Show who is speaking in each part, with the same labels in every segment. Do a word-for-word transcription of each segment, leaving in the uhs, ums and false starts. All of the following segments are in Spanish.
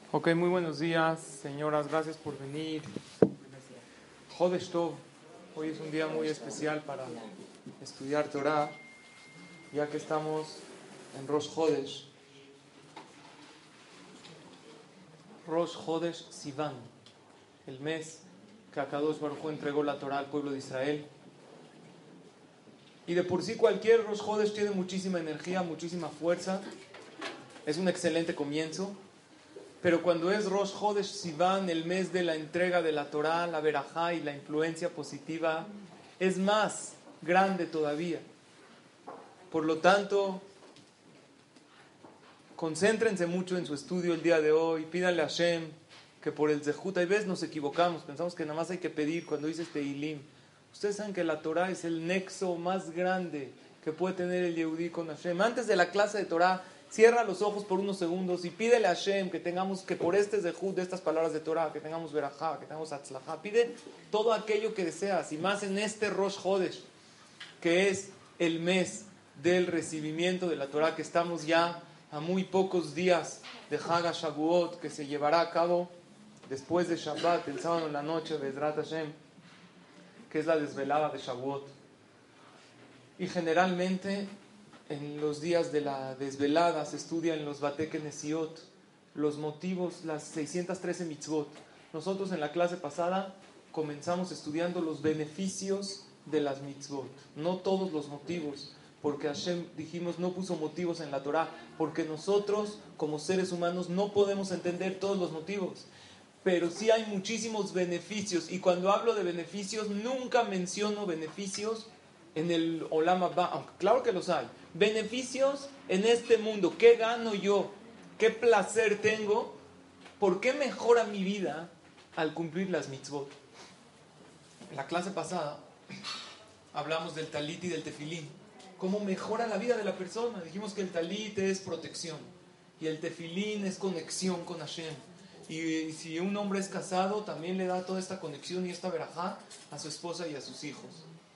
Speaker 1: Ok, muy buenos días, señoras, gracias por venir. Jodesh Tov, hoy es un día muy especial para estudiar Torah, ya que estamos en Rosh Jodesh. Rosh Jodesh Sivan, el mes que Akadosh Baruj Hu entregó la Torah al pueblo de Israel. Y de por sí cualquier Rosh Jodesh tiene muchísima energía, muchísima fuerza. Es un excelente comienzo. Pero cuando es Rosh Chodesh Sivan, el mes de la entrega de la Torah, la verajá y la influencia positiva, es más grande todavía. Por lo tanto, concéntrense mucho en su estudio el día de hoy. Pídanle a Hashem que por el Zehut, hay veces nos equivocamos, pensamos que nada más hay que pedir cuando dices Tehilim. Ustedes saben que la Torah es el nexo más grande que puede tener el Yehudí con Hashem. Antes de la clase de Torah, cierra los ojos por unos segundos y pídele a Hashem que tengamos, que por este Zehut de estas palabras de Torah, que tengamos verajá, que tengamos atzlajá. Pide todo aquello que deseas, y más en este Rosh Chodesh, que es el mes del recibimiento de la Torah, que estamos ya a muy pocos días de Hag HaShavuot, que se llevará a cabo después de Shabbat, el sábado en la noche, Be'ezrat Hashem, que es la desvelada de Shavuot. Y generalmente en los días de la desvelada se estudia en los Batei Knesiot los motivos, las seiscientas trece mitzvot. Nosotros en la clase pasada comenzamos estudiando los beneficios de las mitzvot, no todos los motivos, porque Hashem, dijimos, no puso motivos en la Torah, porque nosotros como seres humanos no podemos entender todos los motivos, pero sí hay muchísimos beneficios. Y cuando hablo de beneficios, nunca menciono beneficios en el Olam Haba, aunque claro que los hay. Beneficios en este mundo. ¿Qué gano yo? ¿Qué placer tengo? ¿Por qué mejora mi vida al cumplir las mitzvot? En la clase pasada hablamos del talit y del tefilín. ¿Cómo mejora la vida de la persona? Dijimos que el talit es protección y el tefilín es conexión con Hashem. Y si un hombre es casado, también le da toda esta conexión y esta verajá a su esposa y a sus hijos.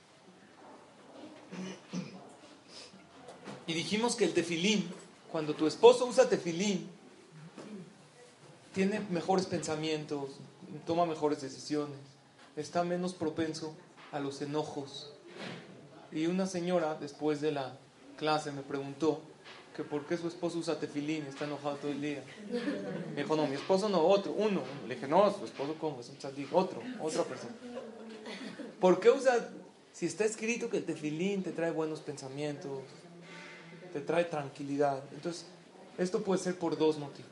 Speaker 1: Y dijimos que el tefilín, cuando tu esposo usa tefilín, tiene mejores pensamientos, toma mejores decisiones, está menos propenso a los enojos. Y una señora, después de la clase, me preguntó que por qué su esposo usa tefilín, está enojado todo el día. Me dijo, no, mi esposo no, otro, uno. Le dije, no, su esposo cómo, es un tzadik, otro, otra persona. ¿Por qué usa? Si está escrito que el tefilín te trae buenos pensamientos, te trae tranquilidad. Entonces, esto puede ser por dos motivos.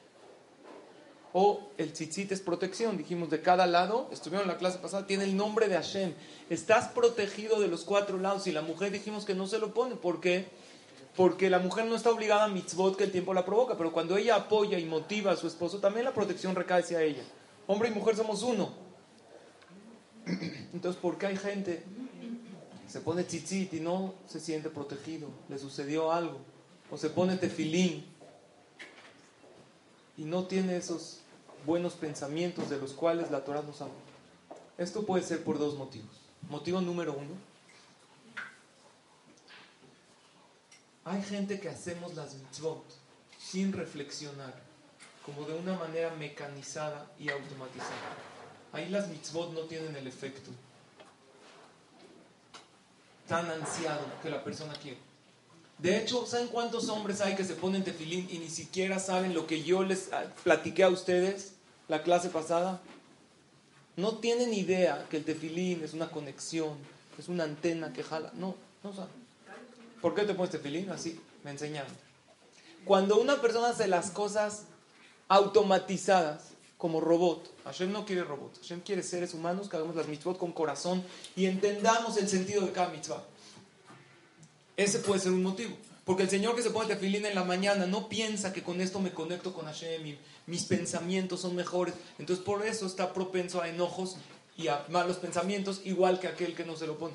Speaker 1: O el tzitzit es protección, dijimos, de cada lado, estuvieron en la clase pasada, tiene el nombre de Hashem. Estás protegido de los cuatro lados. Y la mujer dijimos que no se lo pone. ¿Por qué? Porque la mujer no está obligada a mitzvot que el tiempo la provoca, pero cuando ella apoya y motiva a su esposo, también la protección recae hacia ella. Hombre y mujer somos uno. Entonces, ¿por qué hay gente se pone tzitzit y no se siente protegido? Le sucedió algo. O se pone tefilín y no tiene esos buenos pensamientos de los cuales la Torah nos habla. Esto puede ser por dos motivos. Motivo número uno: hay gente que hacemos las mitzvot sin reflexionar, como de una manera mecanizada y automatizada. Ahí las mitzvot no tienen el efecto tan ansiado que la persona quiere. De hecho, ¿saben cuántos hombres hay que se ponen tefilín y ni siquiera saben lo que yo les platiqué a ustedes la clase pasada? No tienen idea que el tefilín es una conexión, es una antena que jala. No, no saben. ¿Por qué te pones tefilín? Así, me enseñaron. Cuando una persona hace las cosas automatizadas, como robot, Hashem no quiere robots, Hashem quiere seres humanos que hagamos las mitzvot con corazón y entendamos el sentido de cada mitzvah. Ese puede ser un motivo. Porque el señor que se pone tefilín en la mañana no piensa que con esto me conecto con Hashem y mis pensamientos son mejores. Entonces por eso está propenso a enojos y a malos pensamientos, igual que aquel que no se lo pone.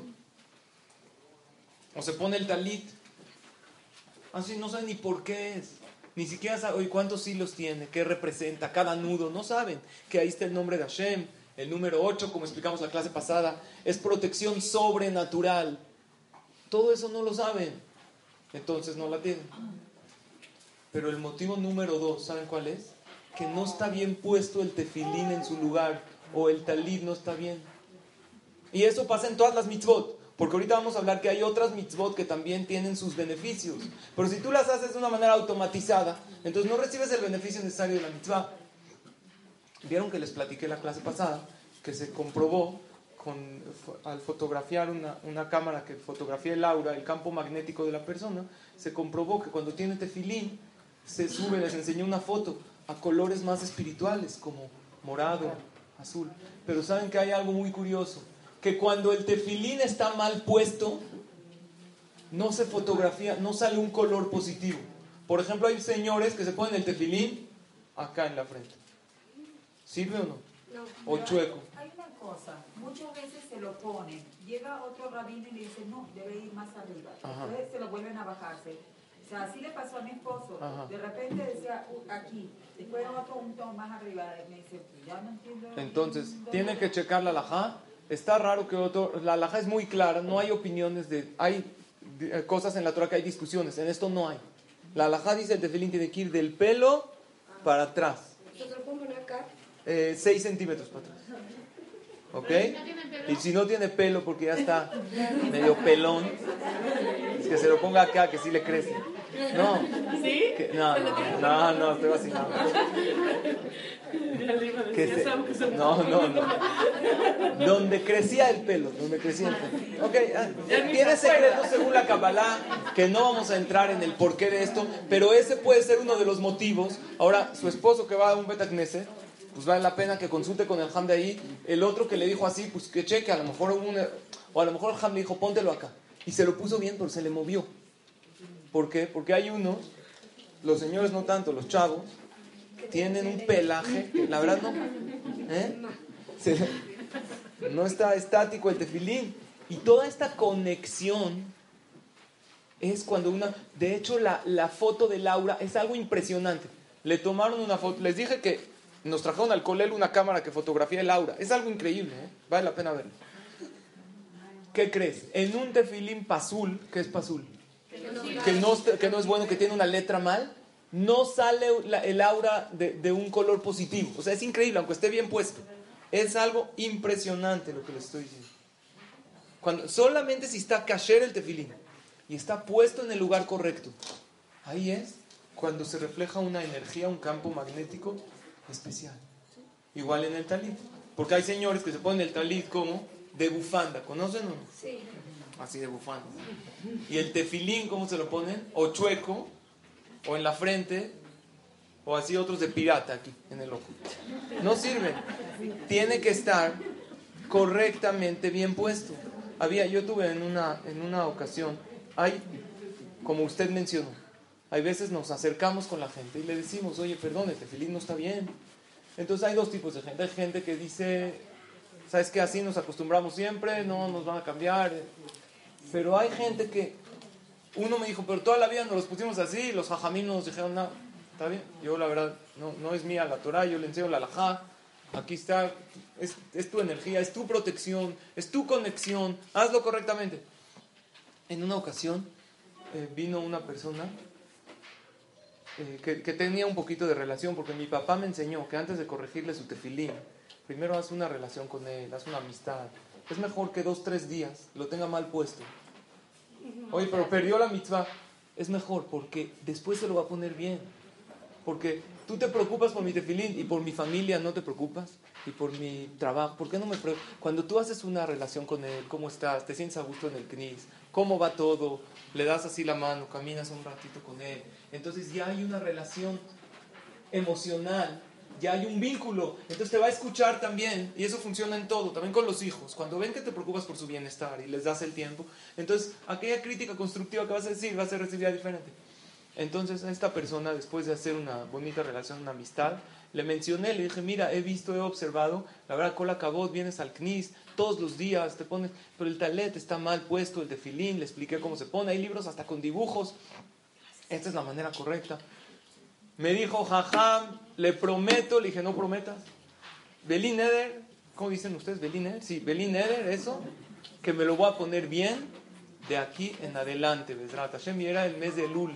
Speaker 1: O se pone el talit, así no saben ni por qué es. Ni siquiera saben cuántos hilos tiene, qué representa, cada nudo. No saben que ahí está el nombre de Hashem. El número ocho, como explicamos la clase pasada, es protección sobrenatural. Todo eso no lo saben, entonces no la tienen. Pero el motivo número dos, ¿saben cuál es? que no está bien puesto el tefilín en su lugar o el talit no está bien. Y eso pasa en todas las mitzvot, porque ahorita vamos a hablar que hay otras mitzvot que también tienen sus beneficios. Pero si tú las haces de una manera automatizada, entonces no recibes el beneficio necesario de la mitzvah. Vieron que les platiqué la clase pasada que se comprobó con, al fotografiar una, una cámara que fotografía el aura, el campo magnético de la persona, se comprobó que cuando tiene tefilín se sube, les enseñé una foto a colores más espirituales como morado, azul. Pero saben que hay algo muy curioso, que cuando el tefilín está mal puesto no se fotografía, no sale un color positivo. Por ejemplo, hay señores que se ponen el tefilín acá en la frente. ¿Sirve o no?
Speaker 2: No.
Speaker 1: O chueco.
Speaker 3: Hay, hay una cosa, muchas veces se lo ponen, llega otro rabino y le dice, no, debe ir más arriba.
Speaker 1: Ajá.
Speaker 3: Entonces se lo vuelven a bajarse. O sea, así le pasó a mi esposo.
Speaker 1: Ajá.
Speaker 3: De repente decía, uh, aquí, después otro un tono más arriba. Y me dice, ya no entiendo.
Speaker 1: Entonces,
Speaker 3: ¿dónde
Speaker 1: tiene
Speaker 3: va?".
Speaker 1: que checar la alajá. Está raro que otro... La alajá es muy clara, no hay opiniones de... Hay eh, cosas en la Torah que hay discusiones, en esto no hay. La alajá dice el tefilín tiene que ir del pelo para atrás.
Speaker 2: ¿Se lo puedo poner acá?
Speaker 1: Eh, seis centímetros para atrás. ¿Ok? Y si no tiene pelo porque ya está medio pelón, es que se lo ponga acá, que sí le crece. No.
Speaker 4: ¿Sí?
Speaker 1: Que, no, no, no, no, estoy vacilando.
Speaker 4: Ya le iba a
Speaker 1: Que
Speaker 4: decir,
Speaker 1: se,
Speaker 4: Sam, que se
Speaker 1: no, no, no. Donde crecía el pelo, donde crecía el pelo. Ok, ah, tiene secretos según la Kabbalah, que no vamos a entrar en el porqué de esto, pero ese puede ser uno de los motivos. Ahora, su esposo que va a un Bet Knesset, pues vale la pena que consulte con el Ham de ahí. El otro que le dijo así, pues que cheque, a lo mejor hubo una, o a lo mejor el Ham le dijo, póntelo acá. Y se lo puso bien, pero se le movió. ¿Por qué? Porque hay unos, los señores no tanto, los chavos, tienen un pelaje, que la verdad no, ¿eh? Se, no está estático el tefilín. Y toda esta conexión es cuando una... De hecho, la, la foto de Laura es algo impresionante. Le tomaron una foto, les dije que nos trajeron al colel una cámara que fotografía el aura. Es algo increíble, ¿eh? Vale la pena verlo. ¿Qué crees? En un tefilín pasul, ¿qué es pasul? Que no, que no es bueno, que tiene una letra mal, no sale la, el aura de, de un color positivo. O sea, es increíble, aunque esté bien puesto. Es algo impresionante lo que les estoy diciendo. Cuando, solamente si está kasher el tefilín y está puesto en el lugar correcto, ahí es cuando se refleja una energía, un campo magnético especial. Igual en el talit. Porque hay señores que se ponen el talit como de bufanda. ¿Conocen o no?
Speaker 2: Sí.
Speaker 1: Así de bufanda. Y el tefilín, ¿cómo se lo ponen? O chueco, o en la frente, o así otros de pirata aquí, en el ojo. No sirve. Tiene que estar correctamente bien puesto. Había, yo tuve en una, en una ocasión, hay, como usted mencionó, hay veces nos acercamos con la gente y le decimos, oye, perdón, el tefilín no está bien. Entonces hay dos tipos de gente. Hay gente que dice, ¿sabes qué? Así nos acostumbramos siempre, no nos van a cambiar. Pero hay gente que, uno me dijo, pero toda la vida nos los pusimos así, y los jajamim nos dijeron, no, está bien. Yo la verdad, no, no es mía la Torah, yo le enseño la halajá. Aquí está, es, es tu energía, es tu protección, es tu conexión, hazlo correctamente. En una ocasión eh, vino una persona eh, que, que tenía un poquito de relación, porque mi papá me enseñó que antes de corregirle su tefilín, primero haz una relación con él, haz una amistad. Es mejor que dos, tres días lo tenga mal puesto. Oye, pero perdió la mitzvah. Es mejor porque después se lo va a poner bien. Porque tú te preocupas por mi tefilín y por mi familia no te preocupas. Y por mi trabajo. ¿Por qué no me preocupas? Cuando tú haces una relación con él, ¿cómo estás? ¿Te sientes a gusto en el knis? ¿Cómo va todo? Le das así la mano, caminas un ratito con él. Entonces ya hay una relación emocional. Ya hay un vínculo, entonces te va a escuchar también, y eso funciona en todo, también con los hijos. Cuando ven que te preocupas por su bienestar y les das el tiempo, entonces aquella crítica constructiva que vas a decir va a ser recibida diferente. Entonces a esta persona, después de hacer una bonita relación, una amistad, le mencioné, le dije, mira, he visto, he observado, la verdad, Kol Hakavod, vienes al knis todos los días, te pones, pero el talet está mal puesto, el tefilín, le expliqué cómo se pone, hay libros hasta con dibujos, esta es la manera correcta. Me dijo, jajam, le prometo, le dije, no prometas. Belí Neder, ¿cómo dicen ustedes? Belí Neder, sí, Belí Neder, eso, que me lo voy a poner bien de aquí en adelante, Bezrat Hashem, y era el mes de Elul.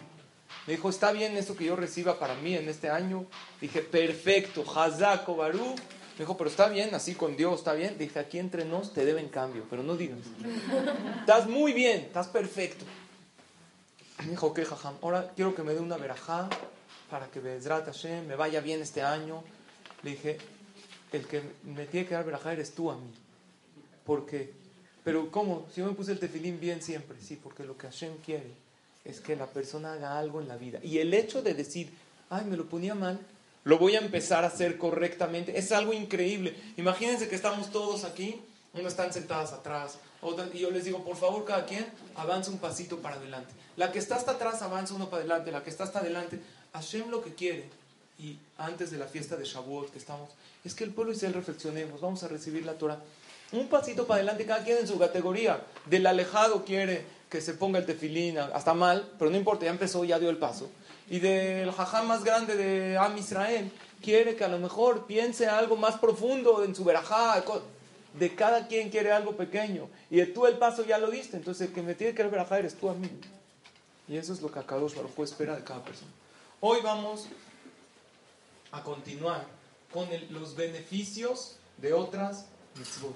Speaker 1: Me dijo, ¿está bien eso que yo reciba para mí en este año? Dije, perfecto, Hazako Baruch. Me dijo, pero está bien, así con Dios, está bien. Dije, aquí entre nos te deben cambio, pero no digas. Estás muy bien, estás perfecto. Me dijo, ok, jajam, ahora quiero que me dé una verajá para que Be'ezrat Hashem me vaya bien este año. Le dije, el que me tiene que dar verajá eres tú a mí. ¿Por qué? Pero ¿cómo? Si yo me puse el tefilín bien siempre. Sí, porque lo que Hashem quiere es que la persona haga algo en la vida. Y el hecho de decir, ay, me lo ponía mal, lo voy a empezar a hacer correctamente, es algo increíble. Imagínense que estamos todos aquí, unos están sentadas atrás, otras, y yo les digo, por favor, cada quien avance un pasito para adelante. La que está hasta atrás avanza uno para adelante, la que está hasta adelante. Hashem lo que quiere, y antes de la fiesta de Shavuot que estamos, es que el pueblo de Israel reflexionemos, vamos a recibir la Torah. Un pasito para adelante, cada quien en su categoría. Del alejado quiere que se ponga el tefilín, hasta mal, pero no importa, ya empezó, ya dio el paso. Y del jajam más grande de Am Israel, quiere que a lo mejor piense algo más profundo en su verajá. De cada quien quiere algo pequeño. Y de tú el paso ya lo diste, entonces el que me tiene que dar verajá eres tú a mí. Y eso es lo que Akadosh Baruj Hu espera de cada persona. Hoy vamos a continuar con el, los beneficios de otras mitzvot.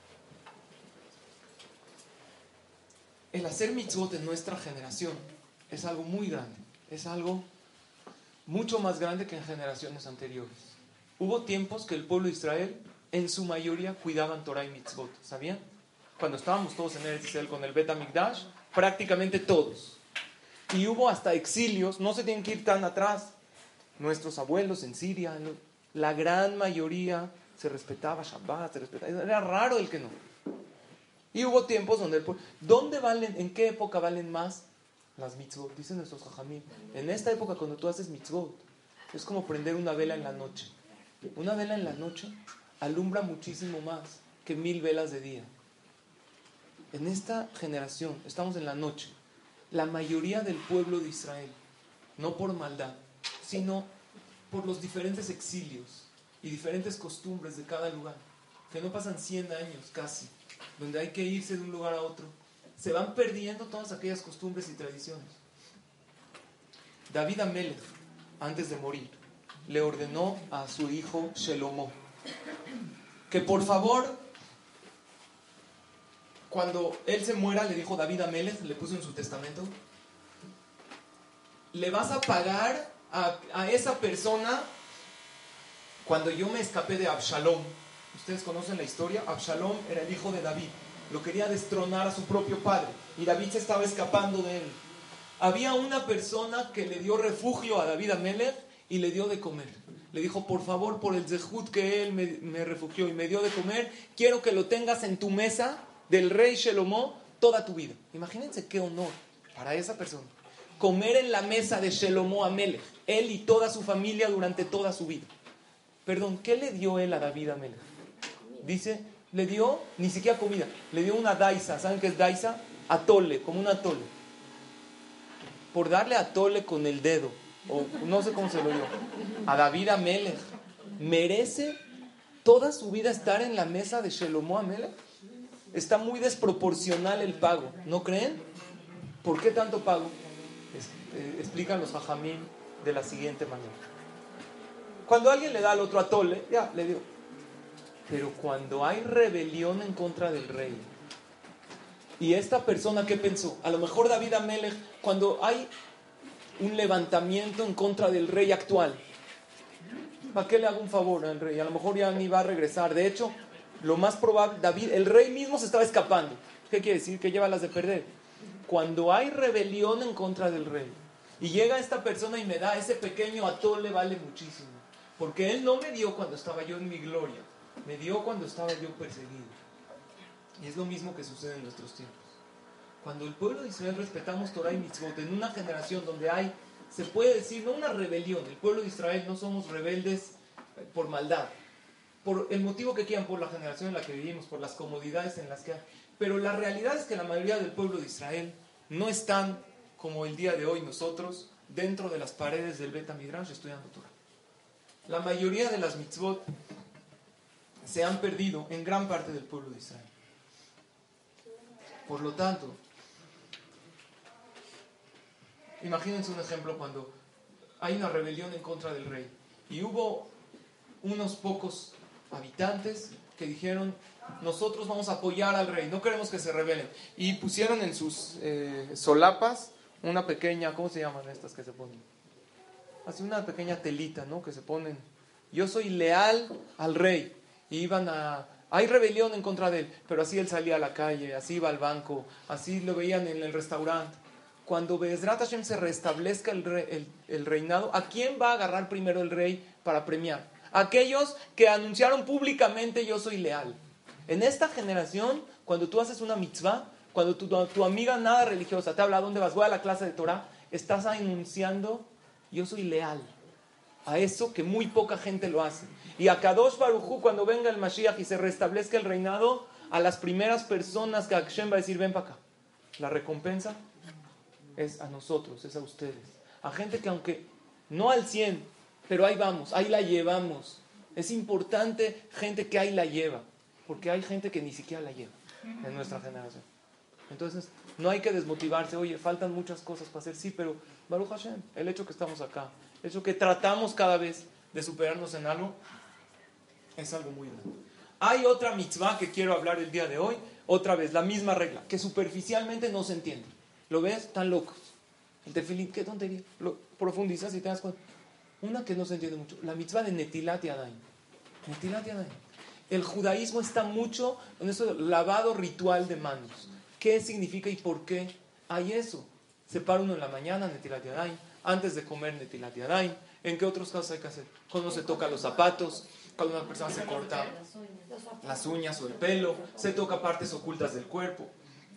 Speaker 1: El hacer mitzvot en nuestra generación es algo muy grande, es algo mucho más grande que en generaciones anteriores. Hubo tiempos que el pueblo de Israel, en su mayoría, cuidaban Torah y mitzvot, ¿sabían? Cuando estábamos todos en Eretz Israel con el Bet HaMikdash, prácticamente todos. Y hubo hasta exilios, no se tienen que ir tan atrás. Nuestros abuelos en Siria, la gran mayoría se respetaba Shabbat, se respetaba, era raro el que no. Y hubo tiempos donde el pueblo, ¿dónde valen, en qué época valen más las mitzvot? Dicen nuestros jajamim, en esta época cuando tú haces mitzvot, es como prender una vela en la noche. Una vela en la noche alumbra muchísimo más que mil velas de día. En esta generación, estamos en la noche, la mayoría del pueblo de Israel, no por maldad, sino por los diferentes exilios y diferentes costumbres de cada lugar, que no pasan cien años casi, donde hay que irse de un lugar a otro, se van perdiendo todas aquellas costumbres y tradiciones. David Amelech, antes de morir, le ordenó a su hijo Shelomo que por favor, cuando él se muera, le dijo David Amelech, le puso en su testamento, le vas a pagar a, a esa persona cuando yo me escapé de Absalom. Ustedes conocen la historia. Absalom era el hijo de David, lo quería destronar a su propio padre y David se estaba escapando de él. Había una persona que le dio refugio a David Amelech y le dio de comer. Le dijo, por favor, por el zehut que él me, me refugió y me dio de comer, quiero que lo tengas en tu mesa del rey Shelomo toda tu vida. Imagínense qué honor para esa persona. Comer en la mesa de Shelomo Amelech, él y toda su familia durante toda su vida. Perdón, ¿qué le dio él a David Amelech? Dice, le dio ni siquiera comida, le dio una daisa. ¿Saben qué es daisa? Atole, como un atole. Por darle atole con el dedo, o no sé cómo se lo dio, a David Amelech, ¿merece toda su vida estar en la mesa de Shelomo Amelech? Está muy desproporcional el pago, ¿no creen? ¿Por qué tanto pago? Es, eh, explican los jajamim de la siguiente manera. Cuando alguien le da al otro atole, ya, le dio. Pero cuando hay rebelión en contra del rey, y esta persona, ¿qué pensó? A lo mejor David Amelech, cuando hay un levantamiento en contra del rey actual, ¿para qué le hago un favor al rey? A lo mejor ya ni va a regresar. De hecho, lo más probable, David, el rey mismo se estaba escapando. ¿Qué quiere decir? Que lleva las de perder. Cuando hay rebelión en contra del rey, y llega esta persona y me da ese pequeño atole, vale muchísimo. Porque él no me dio cuando estaba yo en mi gloria, me dio cuando estaba yo perseguido. Y es lo mismo que sucede en nuestros tiempos. Cuando el pueblo de Israel respetamos Torah y mitzvot en una generación donde hay, se puede decir, no una rebelión, el pueblo de Israel no somos rebeldes por maldad, por el motivo que quieran, por la generación en la que vivimos, por las comodidades en las que hay. Pero la realidad es que la mayoría del pueblo de Israel no están, como el día de hoy nosotros, dentro de las paredes del Bet HaMidrash estudiando Torah. La mayoría de las mitzvot se han perdido en gran parte del pueblo de Israel. Por lo tanto, imagínense un ejemplo cuando hay una rebelión en contra del rey y hubo unos pocos habitantes que dijeron, nosotros vamos a apoyar al rey, no queremos que se rebelen, y pusieron en sus eh, solapas una pequeña, ¿cómo se llaman estas que se ponen? Así una pequeña telita, ¿no? Que se ponen, yo soy leal al rey, y iban a, hay rebelión en contra de él, pero así él salía a la calle, así iba al banco, así lo veían en el restaurante. Cuando Be'ezrat Hashem se restablezca el, re, el, el reinado, ¿a quién va a agarrar primero el rey para premiar? Aquellos que anunciaron públicamente yo soy leal. En esta generación, cuando tú haces una mitzvah, cuando tu, tu, tu amiga nada religiosa te habla, ¿a dónde vas? Voy a la clase de Torah, estás anunciando yo soy leal a eso que muy poca gente lo hace. Y a Kadosh Baruj Hu, cuando venga el Mashiach y se restablezca el reinado, a las primeras personas que Hashem va a decir, ven para acá. La recompensa es a nosotros, es a ustedes. A gente que aunque no al cien, pero ahí vamos, ahí la llevamos. Es importante gente que ahí la lleva, porque hay gente que ni siquiera la lleva en nuestra generación. Entonces, no hay que desmotivarse. Oye, faltan muchas cosas para hacer, sí, pero Baruch Hashem, el hecho que estamos acá, el hecho que tratamos cada vez de superarnos en algo, es algo muy grande. Hay otra mitzvah que quiero hablar el día de hoy, otra vez, la misma regla, que superficialmente no se entiende. ¿Lo ves? Están locos. El tefilín, qué tontería. Lo profundizas y te das cuenta. Una que no se entiende mucho, la mitzvah de Netilat Yadayim. Netilat Yadayim. El judaísmo está mucho en eso de lavado ritual de manos. ¿Qué significa y por qué hay eso? Se para uno en la mañana, Netilat Yadayim. Antes de comer, Netilat Yadayim. ¿En qué otros casos hay que hacer? Cuando se toca los zapatos, cuando una persona se corta las uñas o el pelo, se toca partes ocultas del cuerpo.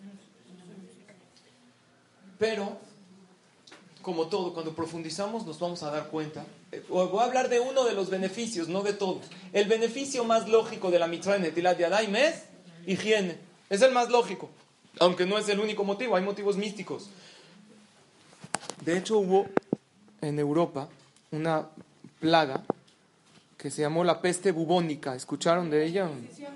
Speaker 1: Pero, como todo, cuando profundizamos nos vamos a dar cuenta. Voy a hablar de uno de los beneficios, no de todos. El beneficio más lógico de la mitzvah de Netilat Yadayim es higiene. Es el más lógico, aunque no es el único motivo, hay motivos místicos. De hecho, hubo en Europa una plaga que se llamó la peste bubónica. ¿Escucharon de ella?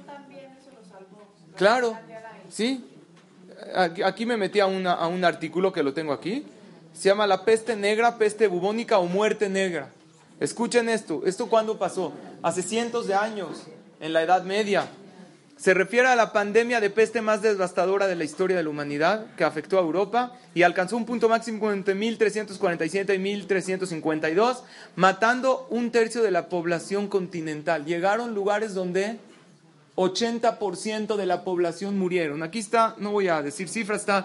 Speaker 1: Claro, sí. Aquí me metí a, una, a un artículo que lo tengo aquí. Se llama la peste negra, peste bubónica o muerte negra. Escuchen esto. ¿Esto cuándo pasó? Hace cientos de años, en la Edad Media. Se refiere a la pandemia de peste más devastadora de la historia de la humanidad, que afectó a Europa y alcanzó un punto máximo entre mil trescientos cuarenta y siete y mil trescientos cincuenta y dos, matando un tercio de la población continental. Llegaron lugares donde ochenta por ciento de la población murieron. Aquí está, no voy a decir cifras, está,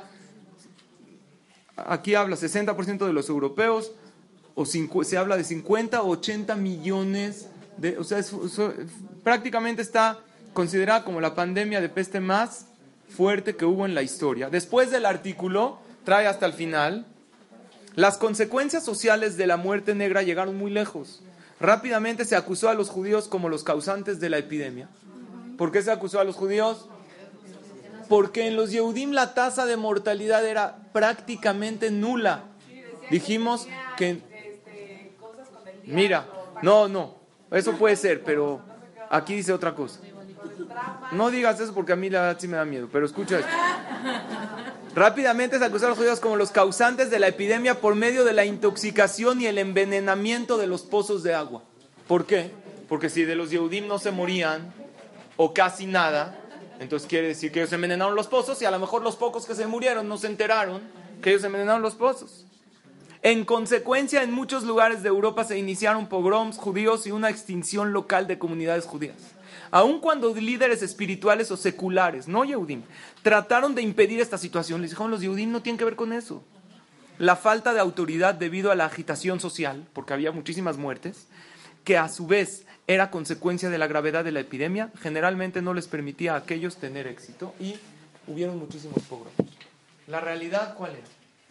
Speaker 1: aquí habla sesenta por ciento de los europeos, o cincu, se habla de cincuenta o ochenta millones, de, o sea, es, es, prácticamente está considerada como la pandemia de peste más fuerte que hubo en la historia. Después del artículo, trae hasta el final, las consecuencias sociales de la muerte negra llegaron muy lejos. Rápidamente se acusó a los judíos como los causantes de la epidemia. ¿Por qué se acusó a los judíos? Porque en los Yehudim la tasa de mortalidad era prácticamente nula. Dijimos que... Mira, no, no, eso puede ser, pero aquí dice otra cosa. No digas eso porque a mí la verdad sí me da miedo, pero escucha esto. Rápidamente se acusó a los judíos como los causantes de la epidemia por medio de la intoxicación y el envenenamiento de los pozos de agua. ¿Por qué? Porque si de los Yehudim no se morían, o casi nada, entonces quiere decir que ellos envenenaron los pozos y a lo mejor los pocos que se murieron no se enteraron que ellos envenenaron los pozos. En consecuencia, en muchos lugares de Europa se iniciaron pogroms judíos y una extinción local de comunidades judías. Aun cuando líderes espirituales o seculares, no Yehudim, trataron de impedir esta situación, les dijeron, los Yehudim no tienen que ver con eso. La falta de autoridad debido a la agitación social, porque había muchísimas muertes, que a su vez era consecuencia de la gravedad de la epidemia, generalmente no les permitía a aquellos tener éxito y hubieron muchísimos pogroms. ¿La realidad cuál era?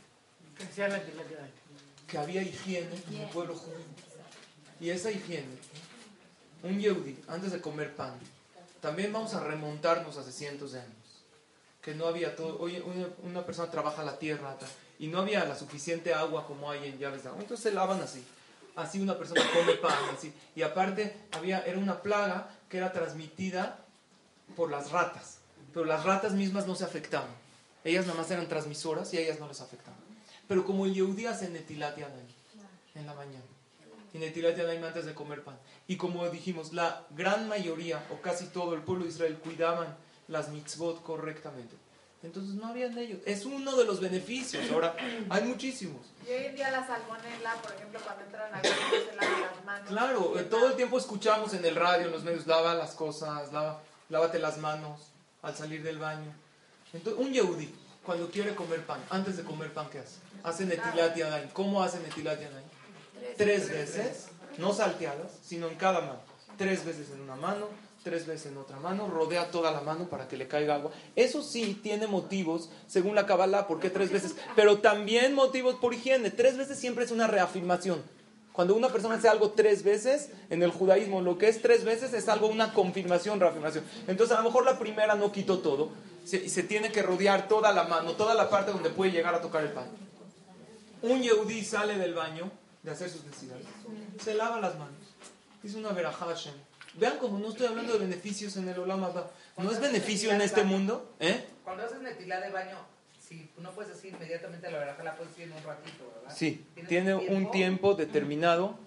Speaker 1: Que había higiene en el pueblo judío. Y esa higiene, un yehudí, antes de comer pan, también vamos a remontarnos hace cientos de años, que no había todo, oye, una, una persona trabaja la tierra y no había la suficiente agua como hay en llaves de agua, entonces se lavan así. Así una persona come pan, así. Y aparte había, era una plaga que era transmitida por las ratas, pero las ratas mismas no se afectaban. Ellas nada más eran transmisoras y a ellas no les afectaban. Pero como el Yehudí hace Netilat Yadayim en la mañana. Y Netilat Yadayim antes de comer pan. Y como dijimos, la gran mayoría, o casi todo el pueblo de Israel, cuidaban las mitzvot correctamente. Entonces no había de ellos. Es uno de los beneficios. Ahora, hay muchísimos.
Speaker 2: Y hoy en día la salmonela, por ejemplo, cuando entran a comer, se lavan las manos.
Speaker 1: Claro, todo el tiempo escuchamos en el radio, en los medios, lava las cosas, lava, lávate las manos al salir del baño. Entonces, un Yehudí, cuando quiere comer pan, antes de comer pan, ¿qué hace? Hace Netilat Yadayim. ¿Cómo hace Netilat Yadayim? Tres veces, no salteadas, sino en cada mano. Tres veces en una mano, tres veces en otra mano, rodea toda la mano para que le caiga agua. Eso sí tiene motivos, según la Kabbalah, ¿por qué tres veces? Pero también motivos por higiene. Tres veces siempre es una reafirmación. Cuando una persona hace algo tres veces, en el judaísmo lo que es tres veces es algo, una confirmación, reafirmación. Entonces a lo mejor la primera no quitó todo, y se tiene que rodear toda la mano, toda la parte donde puede llegar a tocar el pan. Un Yehudí sale del baño de hacer sus necesidades, se lava las manos, dice una verajá Hashem. Vean como no estoy hablando de beneficios en el Olam Haba. ¿No es beneficio en este mundo? ¿Eh?
Speaker 5: Cuando haces netilá de baño, si no puedes decir inmediatamente la verajá, la puedes decir en un ratito, ¿verdad?
Speaker 1: Sí, tiene un tiempo? un tiempo determinado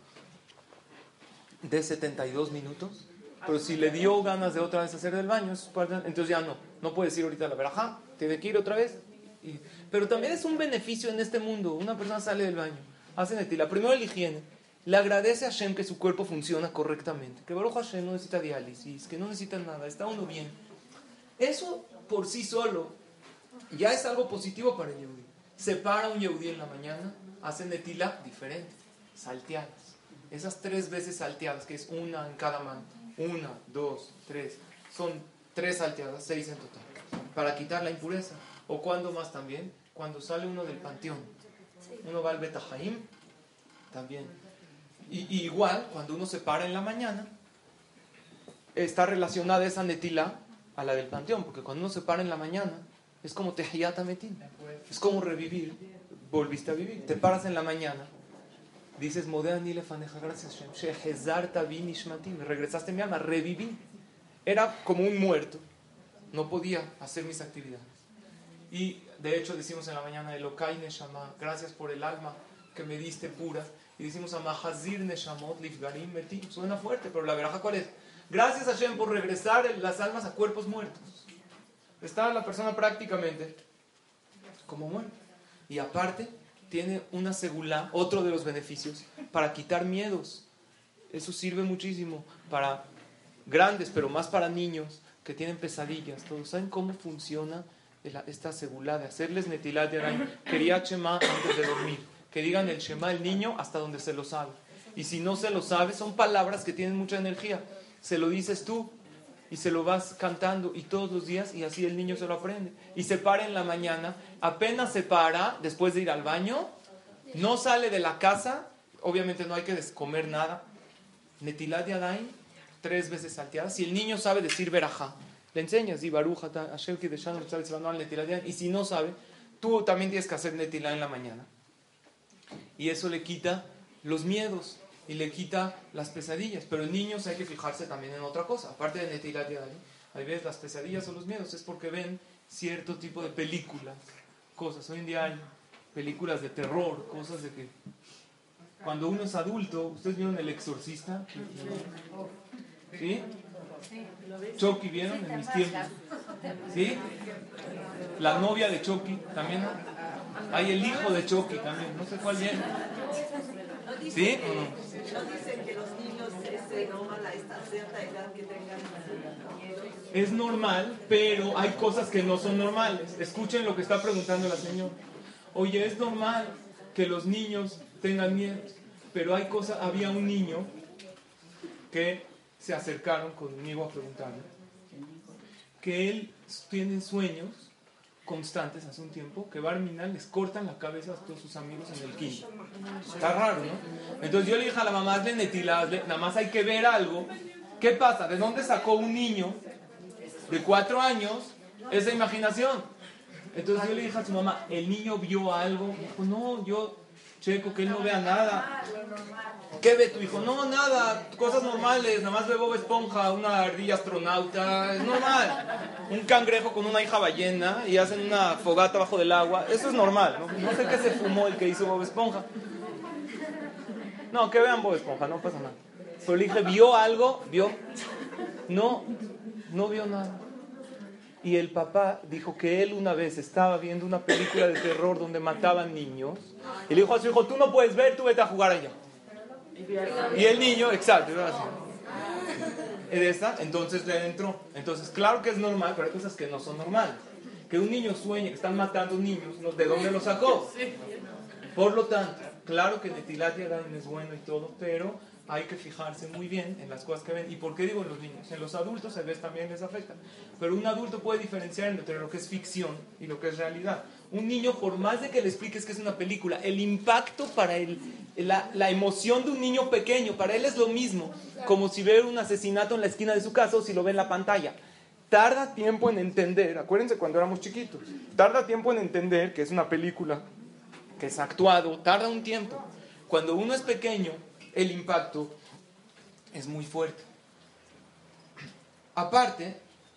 Speaker 1: de setenta y dos minutos. Pero si le dio ganas de otra vez hacer del baño, entonces ya no. No puede decir ahorita la verajá, tiene que ir otra vez. Y, pero también es un beneficio en este mundo. Una persona sale del baño, hace netilá. Primero la higiene. Le agradece a Hashem que su cuerpo funciona correctamente. Que Baruch Hashem no necesita diálisis, que no necesita nada, está uno bien. Eso por sí solo ya es algo positivo para el Yehudí. Se para un Yehudí en la mañana, hace netilá diferente, salteadas. Esas tres veces salteadas, que es una en cada mano. Una, dos, tres. Son tres salteadas, seis en total. Para quitar la impureza. O cuando más también, cuando sale uno del panteón. Uno va al Bet Haim, también. Y, y igual, cuando uno se para en la mañana, está relacionada esa netilá a la del panteón, porque cuando uno se para en la mañana, es como Tehiyat Hametim, es como revivir, volviste a vivir. Te paras en la mañana, dices, Modeani lefaneja, gracias Shem, Shehezarta bi nishmati, regresaste mi alma, reviví. Era como un muerto, no podía hacer mis actividades. Y de hecho decimos en la mañana, Elokai Neshama, gracias por el alma que me diste pura. Y decimos a Mahazir Neshamot Lifgarim Meti. Suena fuerte, pero la veraja ¿cuál es? Gracias a Hashem por regresar las almas a cuerpos muertos. Está la persona prácticamente como muerta. Y aparte, tiene una segulá, otro de los beneficios, para quitar miedos. Eso sirve muchísimo para grandes, pero más para niños que tienen pesadillas. Todos saben cómo funciona esta segulá de hacerles netilat yadayim, Kriyat Shema antes de dormir. Que digan el Shema el niño hasta donde se lo sabe. Y si no se lo sabe, son palabras que tienen mucha energía. Se lo dices tú y se lo vas cantando y todos los días, y así el niño se lo aprende. Y se para en la mañana, apenas se para después de ir al baño, no sale de la casa, obviamente no hay que comer nada. Netilat Yadayim, tres veces salteadas. Si el niño sabe decir verajá, le enseñas, y Baruch atah Hashem kideshanu al Netilat Yadayim. Y si no sabe, tú también tienes que hacer netilá en la mañana. Y eso le quita los miedos y le quita las pesadillas. Pero el niño hay que fijarse también en otra cosa. Aparte de Netilat Yadayim, hay veces las pesadillas o los miedos es porque ven cierto tipo de películas, cosas. Hoy en día hay películas de terror, cosas de que cuando uno es adulto, ¿ustedes vieron El Exorcista? ¿Sí? Chucky, ¿vieron? En mis tiempos. ¿Sí? La novia de Chucky, también. Hay el hijo de Chucky también, no sé cuál viene. ¿Sí o no?
Speaker 6: ¿No dicen que los niños es normal a esta cierta edad que tengan miedo?
Speaker 1: Es normal, pero hay cosas que no son normales. Escuchen lo que está preguntando la señora. Oye, es normal que los niños tengan miedo, pero hay cosas. Había un niño que se acercaron conmigo a preguntarme que él tiene sueños constantes hace un tiempo que Barminal les cortan la cabeza a todos sus amigos en el kinder. Está raro, ¿no? Entonces yo le dije a la mamá, hazle netilá, hazle, nada más hay que ver algo. ¿Qué pasa? ¿De dónde sacó un niño de cuatro años esa imaginación? Entonces yo le dije a su mamá, ¿el niño vio algo? Me dijo, no, yo Checo, que él no vea nada.
Speaker 2: Lo normal.
Speaker 1: ¿Qué ve tu hijo? No, nada, cosas normales, nada más ve Bob Esponja, una ardilla astronauta, es normal. Un cangrejo con una hija ballena y hacen una fogata bajo del agua, eso es normal, ¿no? No sé qué se fumó el que hizo Bob Esponja. No, que vean Bob Esponja, no pasa nada. Pero le dije, ¿vio algo? ¿Vio? No, no vio nada. Y el papá dijo que él una vez estaba viendo una película de terror donde mataban niños. Y le dijo a su hijo, tú no puedes ver, tú vete a jugar allá. Y el niño, exacto, iba así. ¿De esta? Entonces le entró. Entonces, claro que es normal, pero hay cosas que no son normales. Que un niño sueñe que están matando niños, ¿de dónde lo sacó? Por lo tanto, claro que Netilat Yadayim es bueno y todo, pero hay que fijarse muy bien en las cosas que ven. ¿Y por qué digo en los niños? En los adultos a veces también les afecta. Pero un adulto puede diferenciar entre lo que es ficción y lo que es realidad. Un niño, por más de que le expliques que es una película, el impacto para él, la, la emoción de un niño pequeño, para él es lo mismo, como si ve un asesinato en la esquina de su casa o si lo ve en la pantalla. Tarda tiempo en entender, acuérdense cuando éramos chiquitos, tarda tiempo en entender que es una película, que es actuado, tarda un tiempo. Cuando uno es pequeño, el impacto es muy fuerte. Aparte,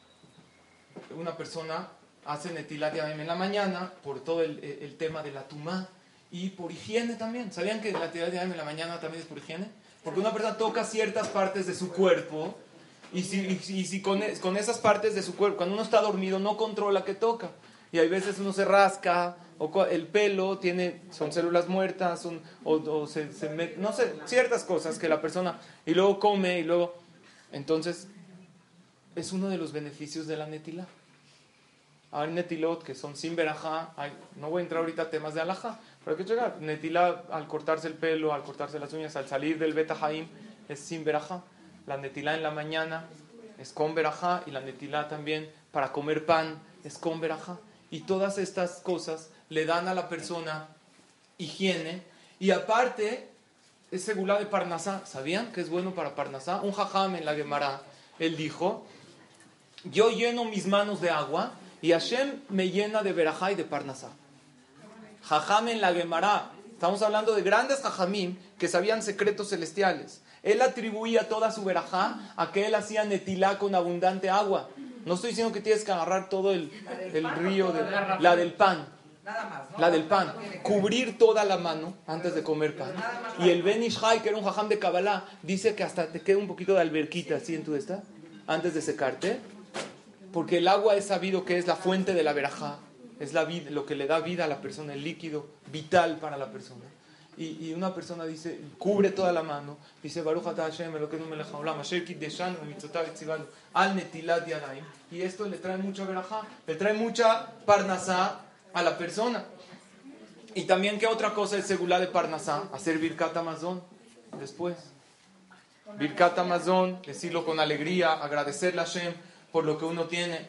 Speaker 1: una persona hace Netilat Yadayim en la mañana por todo el, el tema de la tumá y por higiene también. ¿Sabían que la Netilat Yadayim en la mañana también es por higiene? Porque una persona toca ciertas partes de su cuerpo y si, y si, y si con, con esas partes de su cuerpo, cuando uno está dormido, no controla que toca. Y hay veces uno se rasca, o el pelo tiene, son células muertas, son, o, o se, se met, no sé, ciertas cosas que la persona, y luego come, y luego, entonces, es uno de los beneficios de la netilá. Hay netilot que son sin verajá, hay, no voy a entrar ahorita a temas de alajá, pero hay que llegar. Netilá al cortarse el pelo, al cortarse las uñas, al salir del beta haim, es sin verajá. La netilá en la mañana es con verajá, y la netilá también para comer pan es con verajá. Y todas estas cosas le dan a la persona higiene. Y aparte, es segulá de Parnasá. ¿Sabían que es bueno para Parnasá? Un jajam en la Gemara, él dijo, yo lleno mis manos de agua y Hashem me llena de verajá y de Parnasá. Jajam en la Gemara. Estamos hablando de grandes jajamim que sabían secretos celestiales. Él atribuía toda su verajá a que él hacía netilá con abundante agua. No estoy diciendo que tienes que agarrar todo el, el río, de, la del pan.
Speaker 5: Nada más, ¿no?
Speaker 1: La del pan. Cubrir toda la mano antes de comer pan. Y el Ben Ishai, que era un jajam de Kabbalah, dice que hasta te queda un poquito de alberquita, así en tu esta, antes de secarte. Porque el agua es sabido que es la fuente de la verajá. Es la vida, lo que le da vida a la persona, el líquido vital para la persona. Y, y una persona dice, cubre toda la mano, dice, Baruch atah Hashem, Elokeinu melech haolam, asher kiddeshanu b'mitzvotav v'tzivanu al netilat yadayim. Y esto le trae mucha verajá, le trae mucha parnasá a la persona. Y también, ¿qué otra cosa es segulá de parnasá? Hacer birkat hamazon después. Birkat hamazon, decirlo con alegría, agradecerle a Hashem por lo que uno tiene.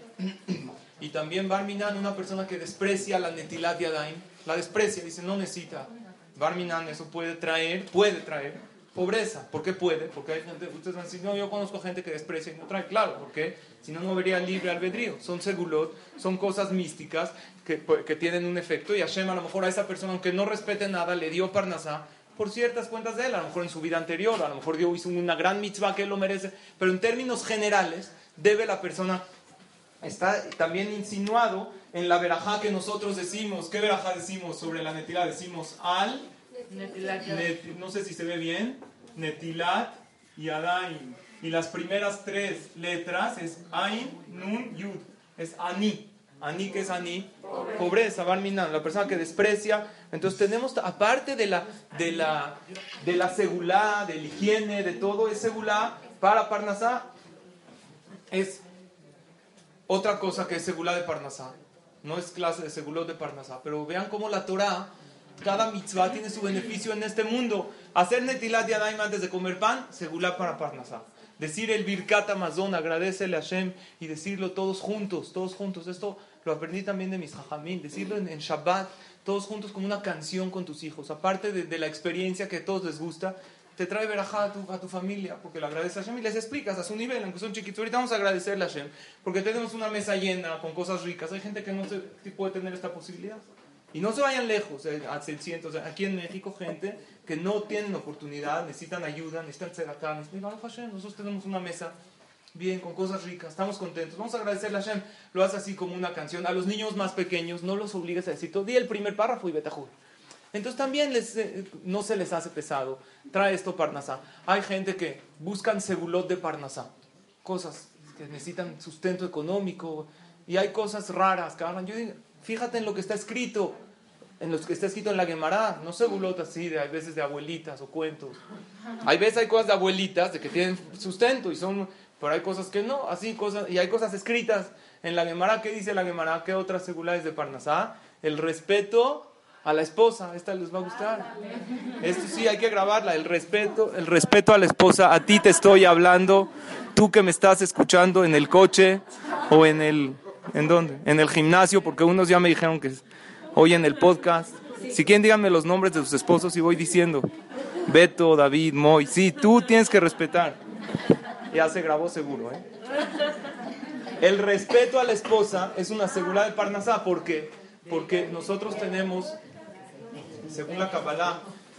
Speaker 1: Y también Bar Minan, una persona que desprecia la netilat yadayim, la desprecia, dice, no necesita. Bar Minan, eso puede traer, puede traer pobreza. ¿Por qué puede? Porque hay gente, ustedes van a decir, no, yo conozco gente que desprecia y no trae. Claro, porque si no, no vería libre albedrío. Son segulot, son cosas místicas que, que tienen un efecto. Y Hashem a lo mejor a esa persona, aunque no respete nada, le dio parnasá por ciertas cuentas de él. A lo mejor en su vida anterior, a lo mejor Dios hizo una gran mitzvah que él lo merece. Pero en términos generales, debe la persona, está también insinuado en la verajá que nosotros decimos. ¿Qué verajá decimos sobre la netilá? Decimos al, net, no sé si se ve bien, netilat yadayim. Y las primeras tres letras es ain, nun, yud. Es ani. Ani, ¿qué es ani? Pobreza, Pobreza Bar Minan, la persona que desprecia. Entonces tenemos, aparte de la, de la, de la segulá, de la higiene, de todo, es segulá para Parnasá. Es otra cosa que es segulá de Parnasá. No es clase de segulot de Parnasá, pero vean cómo la Torah, cada mitzvah tiene su beneficio en este mundo. Hacer netilat yadayim antes de comer pan, segulá para Parnasá. Decir el birkat hamazon, agradecele a Hashem y decirlo todos juntos, todos juntos. Esto lo aprendí también de mis jajamín, decirlo en, en Shabbat, todos juntos como una canción con tus hijos. Aparte de, de la experiencia que a todos les gusta, te trae verajá a tu, a tu familia, porque le agradeces a Hashem y les explicas a su nivel, aunque son chiquitos. Ahorita vamos a agradecerle a Hashem, porque tenemos una mesa llena con cosas ricas. Hay gente que no se, puede tener esta posibilidad. Y no se vayan lejos, eh, a seiscientos, aquí en México, gente que no tienen oportunidad, necesitan ayuda, necesitan ser acá, necesitan, Hashem, nosotros tenemos una mesa bien, con cosas ricas, estamos contentos, vamos a agradecerle a Hashem, lo hace así como una canción. A los niños más pequeños no los obligues a decir todo, di el primer párrafo y vete a jugar. Entonces también les, eh, no se les hace pesado, trae esto Parnasá. Hay gente que buscan segulot de Parnasá, cosas que necesitan sustento económico, y hay cosas raras que hablan. Yo digo, fíjate en lo que está escrito, en lo que está escrito en la Gemara, no segulot así, de, a veces de abuelitas o cuentos. Hay veces hay cosas de abuelitas, de que tienen sustento, y son, pero hay cosas que no, así cosas, y hay cosas escritas en la Gemara. ¿Qué dice la Gemara? ¿Qué otras segulares de Parnasá? El respeto a la esposa, esta les va a gustar. Esto sí hay que grabarla, el respeto, el respeto a la esposa. A ti te estoy hablando, tú que me estás escuchando en el coche o en el, ¿en dónde? En el gimnasio, porque unos ya me dijeron que oyen el podcast. Si quieren díganme los nombres de sus esposos y voy diciendo. Beto, David, Moy. Sí, tú tienes que respetar. Ya se grabó seguro, ¿eh? El respeto a la esposa es una segura de Parnasá. ¿Por qué? Porque nosotros tenemos, según la Kabbalah,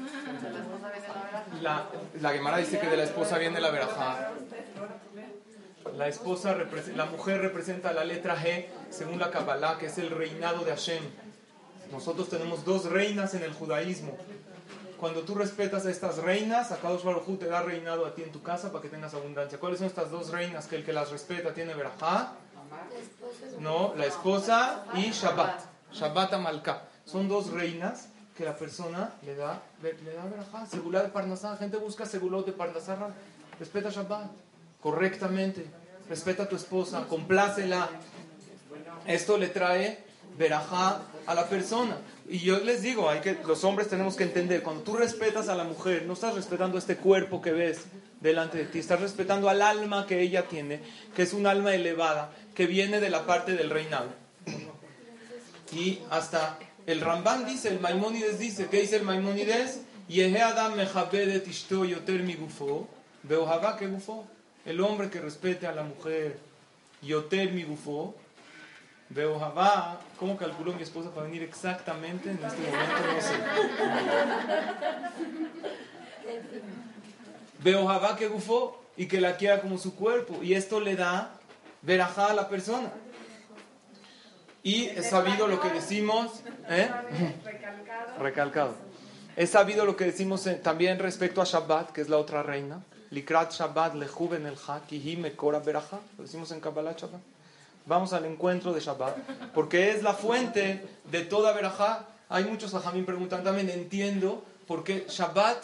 Speaker 1: la, la Gemara dice que de la esposa viene la verajá. La esposa, la mujer representa la letra G, según la Kabbalah, que es el reinado de Hashem. Nosotros tenemos dos reinas en el judaísmo. Cuando tú respetas a estas reinas, Akadosh Baruj Hu te da reinado a ti en tu casa para que tengas abundancia. ¿Cuáles son estas dos reinas? Que el que las respeta tiene verajá. No, la esposa y Shabbat. Shabbat Amalka. Son dos reinas que la persona le da, le, le da verajá. Segulá de Parnasá. La gente busca segulot de Parnasá. Respeta Shabbat correctamente. Respeta a tu esposa. Complácela. Esto le trae verajá a la persona. Y yo les digo, hay que, los hombres tenemos que entender, cuando tú respetas a la mujer, no estás respetando este cuerpo que ves delante de ti, estás respetando al alma que ella tiene, que es un alma elevada, que viene de la parte del reinado. Y hasta el Rambán dice, el Maimónides dice, ¿qué dice el Maimónides? Yehe Adam mechabedet ishto yoter mi gufo, veohava ke gufo. El hombre que respete a la mujer, yoter mi gufo, Beohavá, ¿cómo calculó mi esposa para venir exactamente en este momento? No sé. Beohavá que gufó, y que la quiera como su cuerpo. Y esto le da verajá a la persona. Y es sabido lo que decimos. ¿eh? Recalcado. Es sabido lo que decimos también respecto a Shabbat, que es la otra reina. Likrat Shabbat lejuven el ha, kihi mekora verajá. Lo decimos en Kabbalah Shabbat. Vamos al encuentro de Shabbat, porque es la fuente de toda verajá. Hay muchos hajamim preguntan también, entiendo por qué Shabbat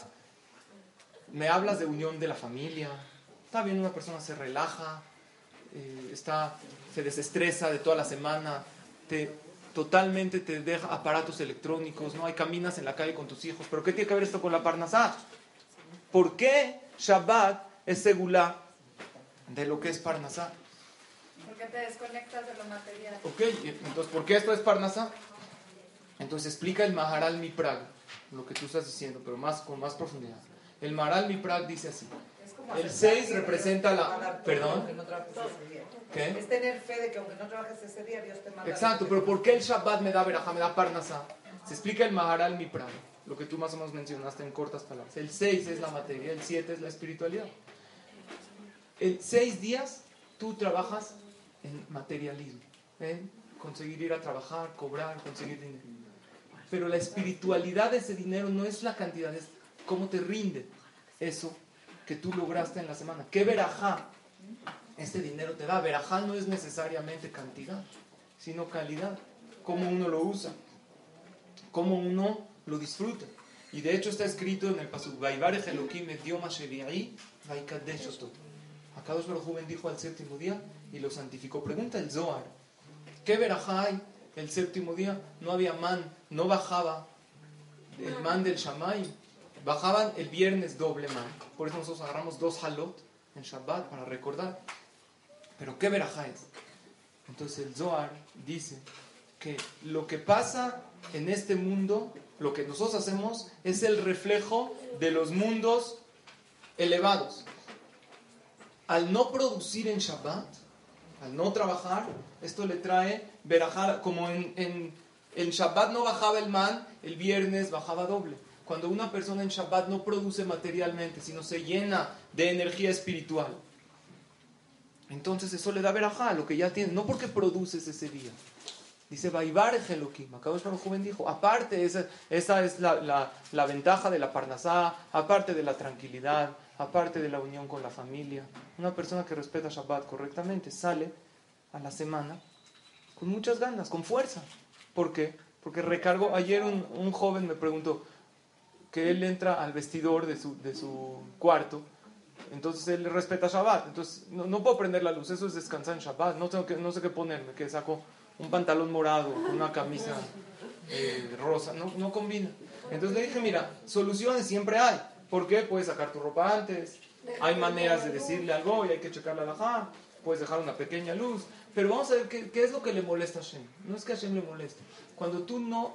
Speaker 1: me hablas de unión de la familia. Está bien, una persona se relaja, eh, está, se desestresa de toda la semana, te, totalmente te deja aparatos electrónicos, no hay caminas en la calle con tus hijos. Pero ¿qué tiene que ver esto con la Parnasá? ¿Por qué Shabbat es segulá de lo que es Parnasá?
Speaker 2: Porque te desconectas de lo material.
Speaker 1: Ok, entonces, ¿por qué esto es Parnasá? Entonces explica el Maharal Miprag, lo que tú estás diciendo, pero más con más profundidad. El Maharal Miprag dice así. El seis representa la... ¿Perdón? ¿Qué?
Speaker 5: Es tener fe de que aunque no trabajes ese día, Dios te manda.
Speaker 1: Exacto, pero ¿por qué el Shabbat me da verajá, me da Parnasá? Se explica el Maharal Miprag, lo que tú más o menos mencionaste en cortas palabras. El seis es la materia, el siete es la espiritualidad. En seis días tú trabajas en materialismo, en conseguir ir a trabajar, cobrar, conseguir dinero. Pero la espiritualidad de ese dinero no es la cantidad, es cómo te rinde eso que tú lograste en la semana. ¿Qué verajá este dinero te da? Verajá no es necesariamente cantidad, sino calidad. Cómo uno lo usa, cómo uno lo disfruta. Y de hecho está escrito en el pasuk, Vaivarech Elokim et yom ha-shevi'i vaikadesh oto. Akadosh Baruj Hu bendijo al séptimo día y lo santificó. Pregunta el Zohar, ¿qué verajá hay el séptimo día? No había man, no bajaba el man del Shammai. Bajaban el viernes doble man. Por eso nosotros agarramos dos halot en Shabbat para recordar. Pero ¿qué verajá es? Entonces el Zohar dice que lo que pasa en este mundo, lo que nosotros hacemos, es el reflejo de los mundos elevados. Al no producir en Shabbat, al no trabajar, esto le trae verajá, como en, en En Shabbat no bajaba el man, el viernes bajaba doble. Cuando una persona en Shabbat no produce materialmente, sino se llena de energía espiritual, entonces eso le da verajá a lo que ya tiene, no porque produces ese día. Dice, Vaibarej Elohim, Akadosh Baruj Hu bendijo. Aparte, esa, esa es la, la, la ventaja de la parnasá, aparte de la tranquilidad, aparte de la unión con la familia. Una persona que respeta Shabbat correctamente sale a la semana con muchas ganas, con fuerza. ¿Por qué? Porque recargó. Ayer un, un joven me preguntó que él entra al vestidor de su, de su cuarto, entonces él respeta Shabbat. Entonces no, no puedo prender la luz, eso es descansar en Shabbat. No, tengo que, no sé qué ponerme, que saco un pantalón morado con una camisa eh, rosa, no, no combina. Entonces le dije, mira, soluciones siempre hay. ¿Por qué? Puedes sacar tu ropa antes, hay maneras de decirle algo y hay que checar la halajá, puedes dejar una pequeña luz, pero vamos a ver qué, qué es lo que le molesta a Hashem. No es que a Hashem le moleste. Cuando tú no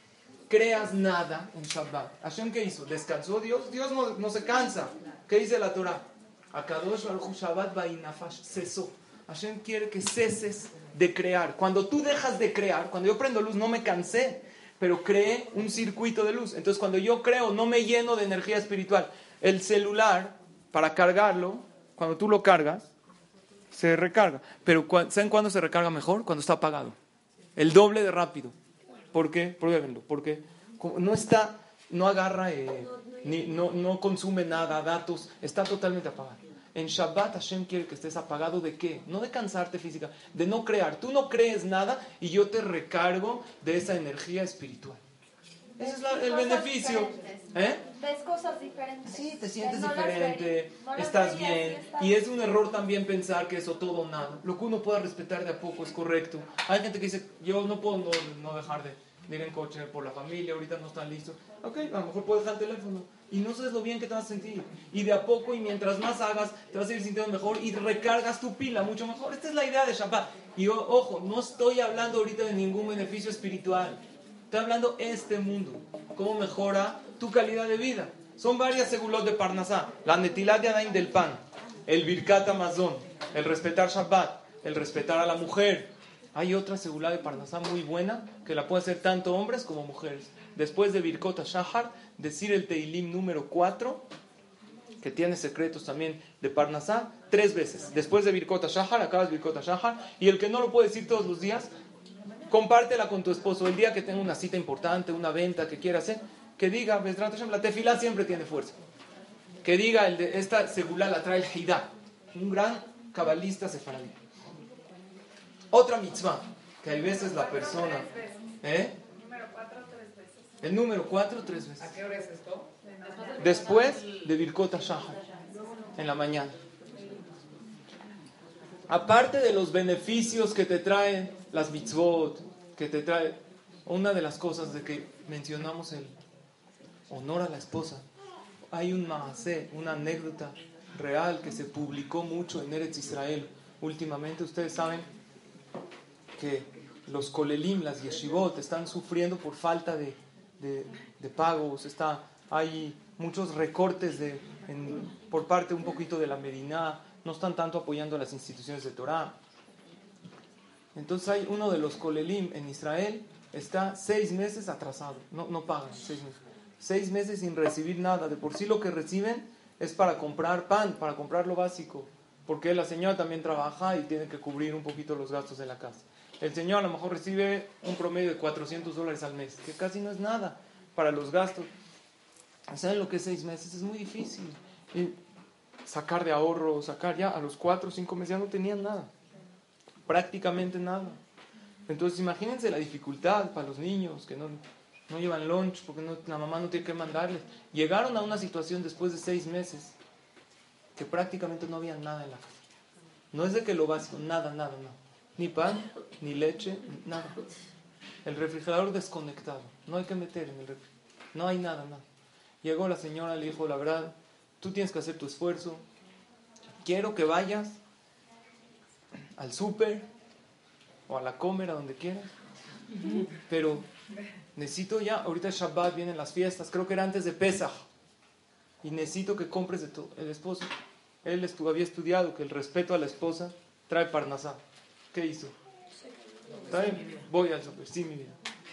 Speaker 1: creas nada en Shabbat, ¿Hashem qué hizo? ¿Descansó Dios? Dios no, no se cansa. ¿Qué dice la Torah? Akadosh Baruj Hu Shabbat Vainafash, cesó. Hashem quiere que ceses de crear. Cuando tú dejas de crear, cuando yo prendo luz no me cansé, pero creé un circuito de luz. Entonces cuando yo creo no me lleno de energía espiritual. El celular, para cargarlo, cuando tú lo cargas, se recarga. Pero ¿saben cuándo se recarga mejor? Cuando está apagado. El doble de rápido. ¿Por qué? Pruébenlo. Porque no está, no agarra, eh, ni, no, no consume nada, datos, está totalmente apagado. En Shabbat Hashem quiere que estés apagado ¿de qué? No de cansarte física, de no crear. Tú no crees nada y yo te recargo de esa energía espiritual. Ese es la, el beneficio. ¿Eh?
Speaker 7: Ves cosas diferentes.
Speaker 1: Sí, te sientes
Speaker 7: no
Speaker 1: diferente,
Speaker 7: no
Speaker 1: estás
Speaker 7: veías,
Speaker 1: bien.
Speaker 7: sí estás.
Speaker 1: Y es un error también pensar que eso todo o nada. Lo que uno pueda respetar de a poco es correcto. Hay gente que dice, yo no puedo no, no dejar de, de ir en coche por la familia, ahorita no están listos. Ok, a lo mejor puedes dejar el teléfono. Y no sabes lo bien que te vas a sentir. Y de a poco, y mientras más hagas, te vas a ir sintiendo mejor y recargas tu pila mucho mejor. Esta es la idea de Shabbat. Y o, ojo, no estoy hablando ahorita de ningún beneficio espiritual. Estoy hablando de este mundo. Cómo mejora tu calidad de vida. Son varias segulot de Parnasá. La netilat de Adain del pan. El birkat hamazon. El respetar Shabbat. El respetar a la mujer. Hay otra segulá de Parnasá muy buena que la pueden hacer tanto hombres como mujeres. Después de Birkot HaShahar, decir el Teilim número cuatro, que tiene secretos también de Parnasá, tres veces. Después de Birkot HaShahar, acabas Birkot HaShahar, y el que no lo puede decir todos los días, compártela con tu esposo. El día que tenga una cita importante, una venta que quiera hacer, que diga, Bezrat Hashem, la tefilá siempre tiene fuerza. Que diga, el de esta segulá la trae el Hidá, un gran cabalista sefaradí. Otra mitzvah, que hay veces la persona... ¿Eh? El número cuatro, tres veces.
Speaker 5: ¿A qué hora es esto?
Speaker 1: Después de Birkot HaShahar, en la mañana. Aparte de los beneficios que te traen las mitzvot, que te trae, una de las cosas de que mencionamos el honor a la esposa, hay un maasé, una anécdota real que se publicó mucho en Eretz Israel últimamente. Ustedes saben que los kolelim, las yeshivot, están sufriendo por falta de De, de pagos, está, hay muchos recortes de, en, por parte un poquito de la Mediná, no están tanto apoyando a las instituciones de Torah. Entonces hay uno de los kolelim en Israel, está seis meses atrasado, no, no pagan, seis meses. Seis meses sin recibir nada, de por sí lo que reciben es para comprar pan, para comprar lo básico, porque la señora también trabaja y tiene que cubrir un poquito los gastos de la casa. El señor a lo mejor recibe un promedio de cuatrocientos dólares al mes, que casi no es nada para los gastos. ¿Saben lo que es seis meses? Es muy difícil. Y sacar de ahorro, sacar ya a los cuatro o cinco meses ya no tenían nada. Prácticamente nada. Entonces imagínense la dificultad para los niños que no, no llevan lunch porque no, la mamá no tiene que mandarles. Llegaron a una situación después de seis meses que prácticamente no había nada en la casa. No es de que lo básico, nada, nada, nada. Ni pan, ni leche, nada. El refrigerador desconectado. No hay que meter en el refrigerador. No hay nada, nada. Llegó la señora, le dijo, la verdad, tú tienes que hacer tu esfuerzo. Quiero que vayas al súper o a la comer, a donde quieras. Pero necesito ya, ahorita es Shabbat, vienen las fiestas, creo que era antes de Pesach. Y necesito que compres de todo. El esposo, él estu- había estudiado que el respeto a la esposa trae parnasá. ¿Qué hizo? Trae, voy al súper, sí, mi vida.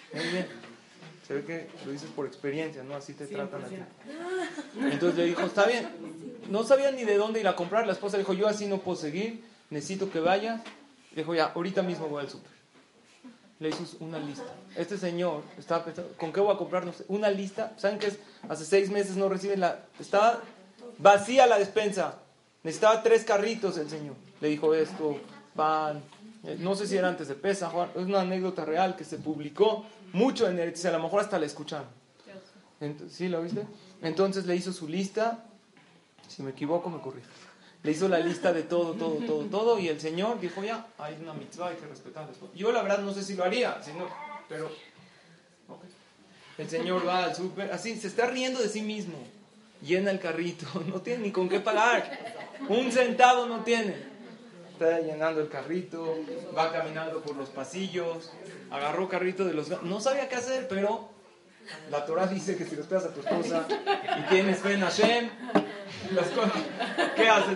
Speaker 1: Muy bien. Se ve que lo dices por experiencia, ¿no? Así te tratan a ti. Entonces le dijo, está bien. No sabía ni de dónde ir a comprar. La esposa le dijo, yo así no puedo seguir. Necesito que vayas. Le dijo, ya, ahorita mismo voy al súper. Le hizo una lista. Este señor estaba pensando, ¿con qué voy a comprar? No sé, una lista. ¿Saben qué es? Hace seis meses no reciben la... Estaba vacía la despensa. Necesitaba tres carritos el señor. Le dijo esto, pan... No sé si era antes de Pesaj, es una anécdota real que se publicó mucho en Eretz, a lo mejor hasta la escucharon. Entonces, ¿sí lo viste? Entonces le hizo su lista, si me equivoco me corrijo. Le hizo la lista de todo, todo, todo, todo, y el Señor dijo, ya, hay una mitzvah, hay que respetarla. Yo la verdad no sé si lo haría, si no, pero... Okay. El Señor va al súper, así, se está riendo de sí mismo. Llena el carrito, no tiene ni con qué pagar. Un centavo no tiene. Está llenando el carrito, va caminando por los pasillos, agarró carrito de los... No sabía qué hacer, pero la Torah dice que si le esperas a tu esposa y tienes fe en Hashem, las cosas, ¿qué haces?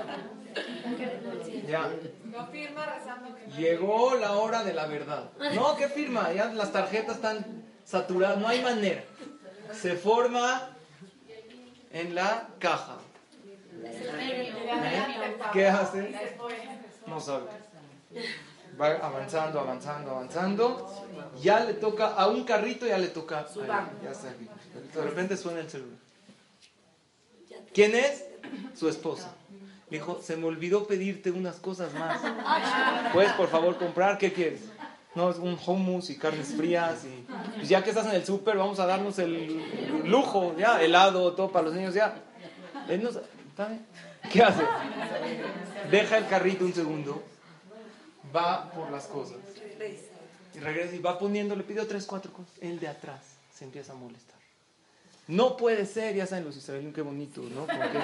Speaker 1: Ya.
Speaker 2: No firma rezando que no.
Speaker 1: Llegó la hora de la verdad. No, ¿qué firma? Ya las tarjetas están saturadas, no hay manera. Se forma en la caja. ¿Eh? ¿Qué hace? No sabe. Va avanzando, avanzando, avanzando. Ya le toca a un carrito, ya le toca. Ay, ya está aquí. De repente suena el celular. ¿Quién es? Su esposa. Le dijo, se me olvidó pedirte unas cosas más. ¿Puedes por favor comprar? ¿Qué quieres? No, es un hummus y carnes frías. Y pues ya que estás en el súper, vamos a darnos el lujo, ya, helado, todo para los niños, ya. Él no sabe. ¿Qué hace? Deja el carrito un segundo, va por las cosas y regresa y va poniendo, le pidió tres, cuatro cosas. El de atrás se empieza a molestar. No puede ser, ya saben los israelíes, qué bonito, ¿no? Porque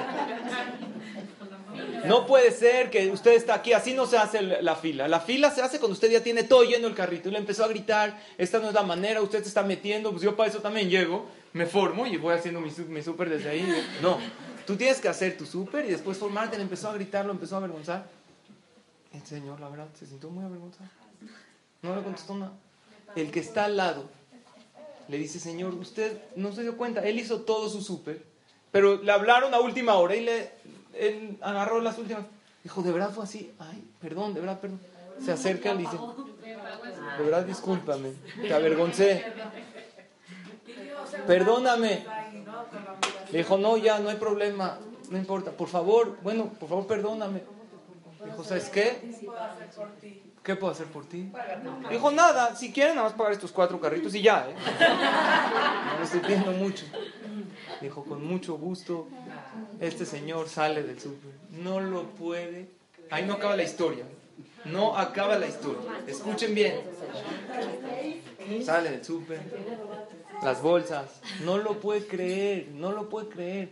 Speaker 1: no puede ser que usted está aquí, así no se hace la fila. La fila se hace cuando usted ya tiene todo lleno el carrito. Y le empezó a gritar, esta no es la manera, usted se está metiendo, pues yo para eso también llego, me formo y voy haciendo mi, mi súper desde ahí. No. Tú tienes que hacer tu súper y después formarte. Le empezó a gritar, lo empezó a avergonzar. El señor, la verdad, se sintió muy avergonzado. No le contestó nada. El que está al lado le dice, señor, usted no se dio cuenta. Él hizo todo su súper, pero le hablaron a última hora y le, él agarró las últimas. Dijo, ¿de verdad fue así? Ay, perdón, de verdad, perdón. Se acerca y le dice, de verdad, discúlpame, te avergoncé. Perdóname. Le dijo, no, ya, no hay problema, no importa, por favor, bueno, por favor, perdóname. Dijo, ¿sabes qué? ¿Qué puedo hacer por ti? Dijo, nada, si quieren, nada más pagar estos cuatro carritos y ya, ¿eh? No me estoy pidiendo mucho. Dijo, con mucho gusto, este señor sale del súper. No lo puede. Ahí no acaba la historia. No acaba la historia. Escuchen bien. Sale del súper. Las bolsas. No lo puede creer. No lo puede creer.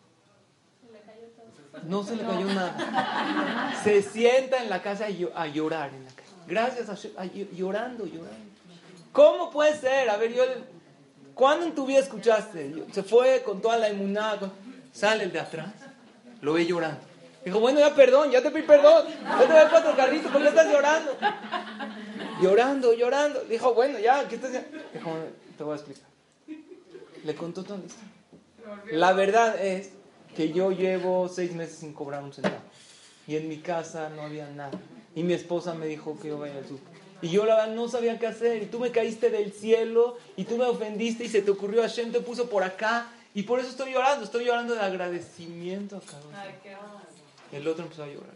Speaker 1: No se le cayó nada. Se sienta en la casa a llorar en la calle. Gracias a, a llorando, llorando. ¿Cómo puede ser? A ver, yo, ¿cuándo en tu vida escuchaste? Se fue con toda la emuná. Con... Sale el de atrás. Lo ve llorando. Dijo, bueno, ya perdón, ya te pedí perdón. Ya te doy cuatro carritos, ¿por qué estás llorando? Llorando, llorando. Dijo, bueno, ya, ¿qué estás haciendo? Dijo, te voy a explicar. Le contó todo esto. La verdad es que yo llevo seis meses sin cobrar un centavo. Y en mi casa no había nada. Y mi esposa me dijo que yo vaya al súper. Y yo la verdad no sabía qué hacer. Y tú me caíste del cielo. Y tú me ofendiste. Y se te ocurrió, Hashem te puso por acá. Y por eso estoy llorando. Estoy llorando de agradecimiento a cada uno. El otro empezó a llorar.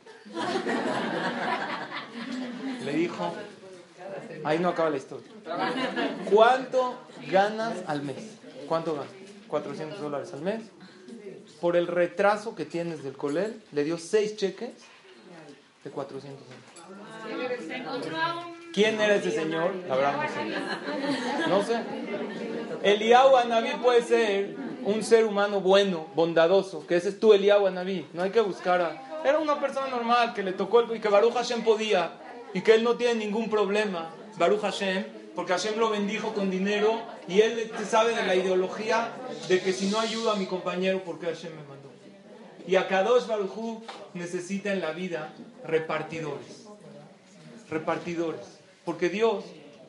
Speaker 1: Le dijo, ahí no acaba la historia. ¿Cuánto ganas al mes? ¿Cuánto ganas? cuatrocientos dólares al mes. Por el retraso que tienes del colel, le dio seis cheques de cuatrocientos dólares. ¿Quién era ese señor? La verdad no sé. No sé. Eliyahu Anabí puede ser un ser humano bueno, bondadoso, que ese es tú, Eliyahu Anabí. No hay que buscar a... Era una persona normal que le tocó el... y que Baruch Hashem podía, y que él no tiene ningún problema, Baruch Hashem, porque Hashem lo bendijo con dinero, y él sabe de la ideología de que si no ayudo a mi compañero, ¿por qué Hashem me mandó? Y a Kadosh Baruj Hu necesita en la vida repartidores. Repartidores. Porque Dios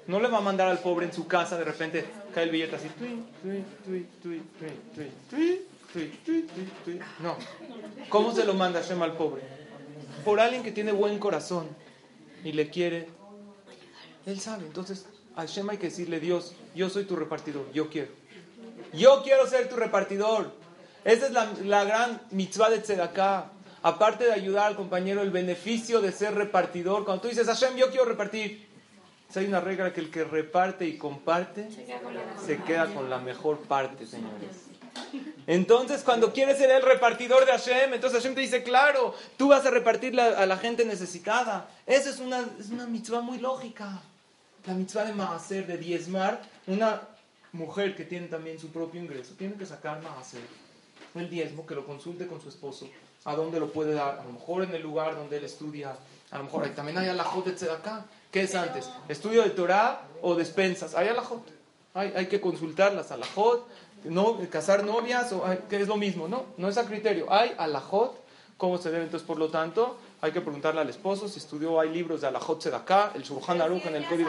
Speaker 1: No le va a mandar al pobre en su casa, de repente cae el billete así. Tui, tui, tui, tui, tui, tui, tui, tui, tui, tui, tui. No. ¿Cómo se lo manda Hashem al pobre? Por alguien que tiene buen corazón y le quiere. Él sabe. Entonces, a Hashem hay que decirle: Dios, yo soy tu repartidor, yo quiero. Yo quiero ser tu repartidor. Esa es la, la gran mitzvah de Tzedaká. Aparte de ayudar al compañero, el beneficio de ser repartidor. Cuando tú dices: Hashem, yo quiero repartir. Hay una regla que el que reparte y comparte se queda con la mejor parte, señores. Entonces, cuando quieres ser el repartidor de Hashem, entonces Hashem te dice: claro, tú vas a repartir la, a la gente necesitada. Esa es una, es una mitzvah muy lógica. La mitzvah de maaser, de diezmar. Una mujer que tiene también su propio ingreso tiene que sacar maaser, el diezmo, que lo consulte con su esposo. ¿A dónde lo puede dar? A lo mejor en el lugar donde él estudia. A lo mejor también hay alajot de tzedaká. ¿Qué es antes? ¿Estudio de Torah o despensas? Hay alajot. Hay, hay que consultar las alajot. No, casar novias, o hay, que es lo mismo. No, no es a criterio. Hay alajot. ¿Cómo se debe? Entonces, por lo tanto, hay que preguntarle al esposo si estudió. Hay libros de alajot tzedaká, el Shulchan Aruch en el código.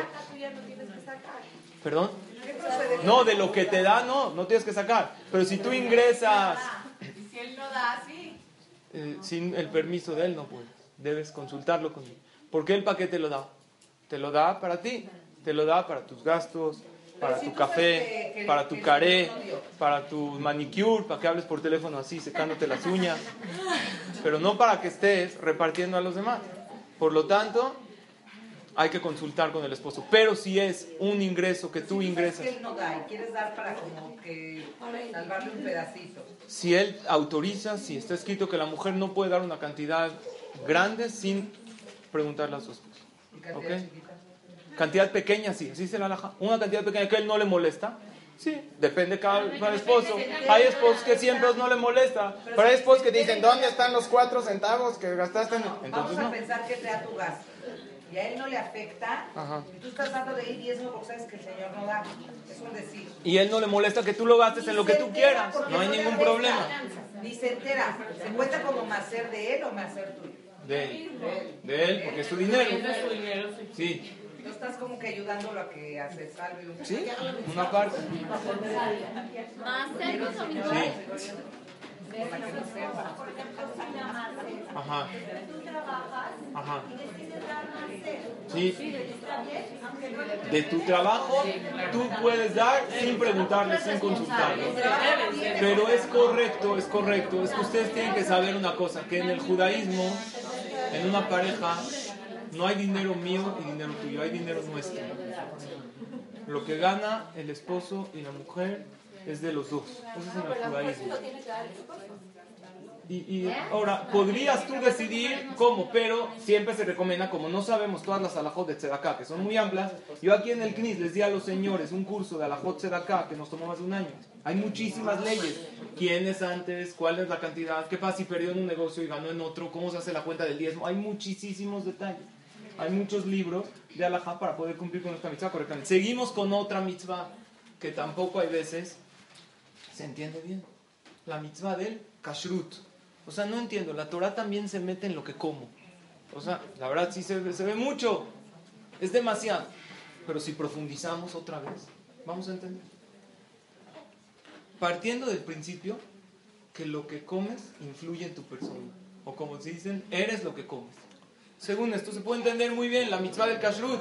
Speaker 1: ¿Perdón? No, de lo que te da, no, no tienes que sacar. Pero si tú ingresas...
Speaker 2: Si él no da, sí.
Speaker 1: Eh, sin el permiso de él no puedes. Debes consultarlo con él. ¿Por qué el paquete lo da? Te lo da para ti. Te lo da para tus gastos, para tu café, para tu caré, para tu manicure, para que hables por teléfono así, secándote las uñas. Pero no para que estés repartiendo a los demás. Por lo tanto, hay que consultar con el esposo. Pero si es un ingreso que tú ingresas...
Speaker 5: Si él no da y quieres dar para como que salvarle un pedacito.
Speaker 1: Si él autoriza, si está escrito que la mujer no puede dar una cantidad grande sin preguntarle a su esposo.
Speaker 5: ¿Y cantidad
Speaker 1: ¿Okay?
Speaker 5: chiquita?
Speaker 1: Cantidad pequeña, sí, así se la alaja. Una cantidad pequeña que a él no le molesta. Sí, depende cada, cada esposo. Hay esposos que siempre no le molesta. Pero hay esposos que te dicen: ¿dónde están los cuatro centavos que gastaste? Entonces,
Speaker 5: Vamos a
Speaker 1: no.
Speaker 5: pensar que te da tu gasto. Y a él no le afecta.
Speaker 1: Ajá.
Speaker 5: Y tú estás dando de ahí diezmo porque sabes que el Señor no da. Es un decir.
Speaker 1: Y él no le molesta que tú lo gastes en lo que tú quieras. No hay ningún problema.
Speaker 5: Ni se entera. ¿Se cuenta como macer de él o macer tuyo?
Speaker 1: De él. De él, porque es su dinero.
Speaker 4: Es su dinero, sí.
Speaker 1: Sí.
Speaker 5: Tú estás como que ayudándolo a que se salve un
Speaker 1: Sí, una parte. Sí. Ajá. Ajá. Sí. De tu trabajo tú puedes dar sin preguntarle, sin consultarle. Pero es correcto, es correcto. Es que ustedes tienen que saber una cosa, que en el judaísmo, en una pareja, no hay dinero mío y dinero tuyo, hay dinero nuestro. Lo que gana el esposo y la mujer es de los dos. Eso es en el judaísmo. Y, y ahora, podrías tú decidir cómo, pero siempre se recomienda, como no sabemos todas las alajot de Tzedaká, que son muy amplias. Yo aquí en el C N I S les di a los señores un curso de alajot Tzedaká que nos tomó más de un año. Hay muchísimas leyes. ¿Quién es antes? ¿Cuál es la cantidad? ¿Qué pasa si perdió en un negocio y ganó en otro? ¿Cómo se hace la cuenta del diezmo? Hay muchísimos detalles. Hay muchos libros de alajá para poder cumplir con esta mitzvah correctamente. Seguimos con otra mitzvah que tampoco hay veces se entiende bien. La mitzvah del kashrut. O sea, no entiendo. La Torah también se mete en lo que como. O sea, la verdad sí se ve, se ve mucho. Es demasiado. Pero si profundizamos otra vez, vamos a entender. Partiendo del principio que lo que comes influye en tu persona. O como se dicen, eres lo que comes. Según esto se puede entender muy bien la mitzvah del kashrut.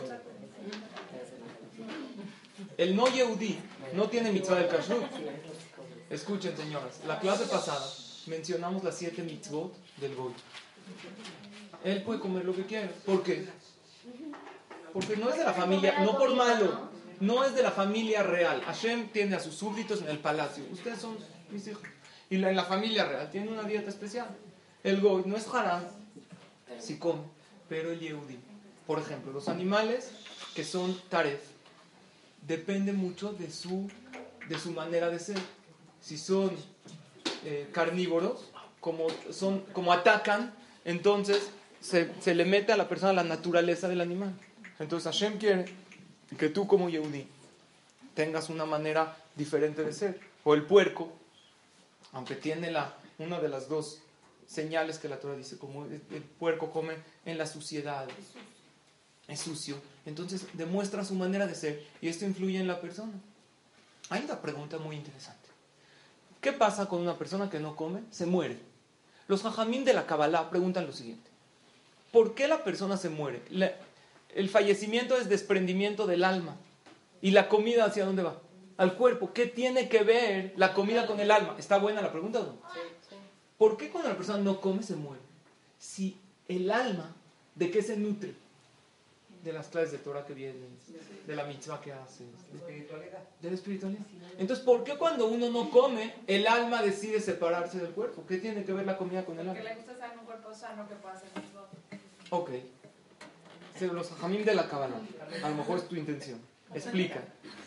Speaker 1: El no yehudí no tiene mitzvah del kashrut. Escuchen, señoras, la clase pasada mencionamos las siete mitzvot del goy. Él puede comer lo que quiera. ¿Por qué? Porque no es de la familia, no por malo, no es de la familia real. Hashem tiene a sus súbditos en el palacio. Ustedes son mis hijos. Y la, en la familia real tiene una dieta especial. El goy no es haram si come, pero el yehudí. Por ejemplo, los animales que son taref depende mucho de su, de su manera de ser. Si son eh, carnívoros, como, son, como atacan, entonces se, se le mete a la persona la naturaleza del animal. Entonces Hashem quiere que tú como yehudí tengas una manera diferente de ser. O el puerco, aunque tiene la, una de las dos señales que la Torah dice, como el, el puerco come en la suciedad. es sucio, entonces demuestra su manera de ser y esto influye en la persona. Hay una pregunta muy interesante. ¿Qué pasa con una persona que no come? Se muere. Los jajamín de la Kabbalah preguntan lo siguiente. ¿Por qué la persona se muere? La, el fallecimiento es desprendimiento del alma. ¿Y la comida hacia dónde va? Al cuerpo. ¿Qué tiene que ver la comida con el alma? ¿Está buena la pregunta o no? ¿Por qué cuando la persona no come se muere? Si el alma, ¿de qué se nutre? De las clases de Torah que vienen, de la mitzvah que haces, de,
Speaker 5: Espiritualidad.
Speaker 1: de la espiritualidad. Entonces, ¿por qué cuando uno no come, el alma decide separarse del cuerpo? ¿Qué tiene que ver la comida con el
Speaker 2: Porque
Speaker 1: alma?
Speaker 2: le gusta estar en un cuerpo sano que pueda hacer mitzvot.
Speaker 1: Ok. Se- Los jajamim de la Kabbalah, a lo mejor es tu intención, explica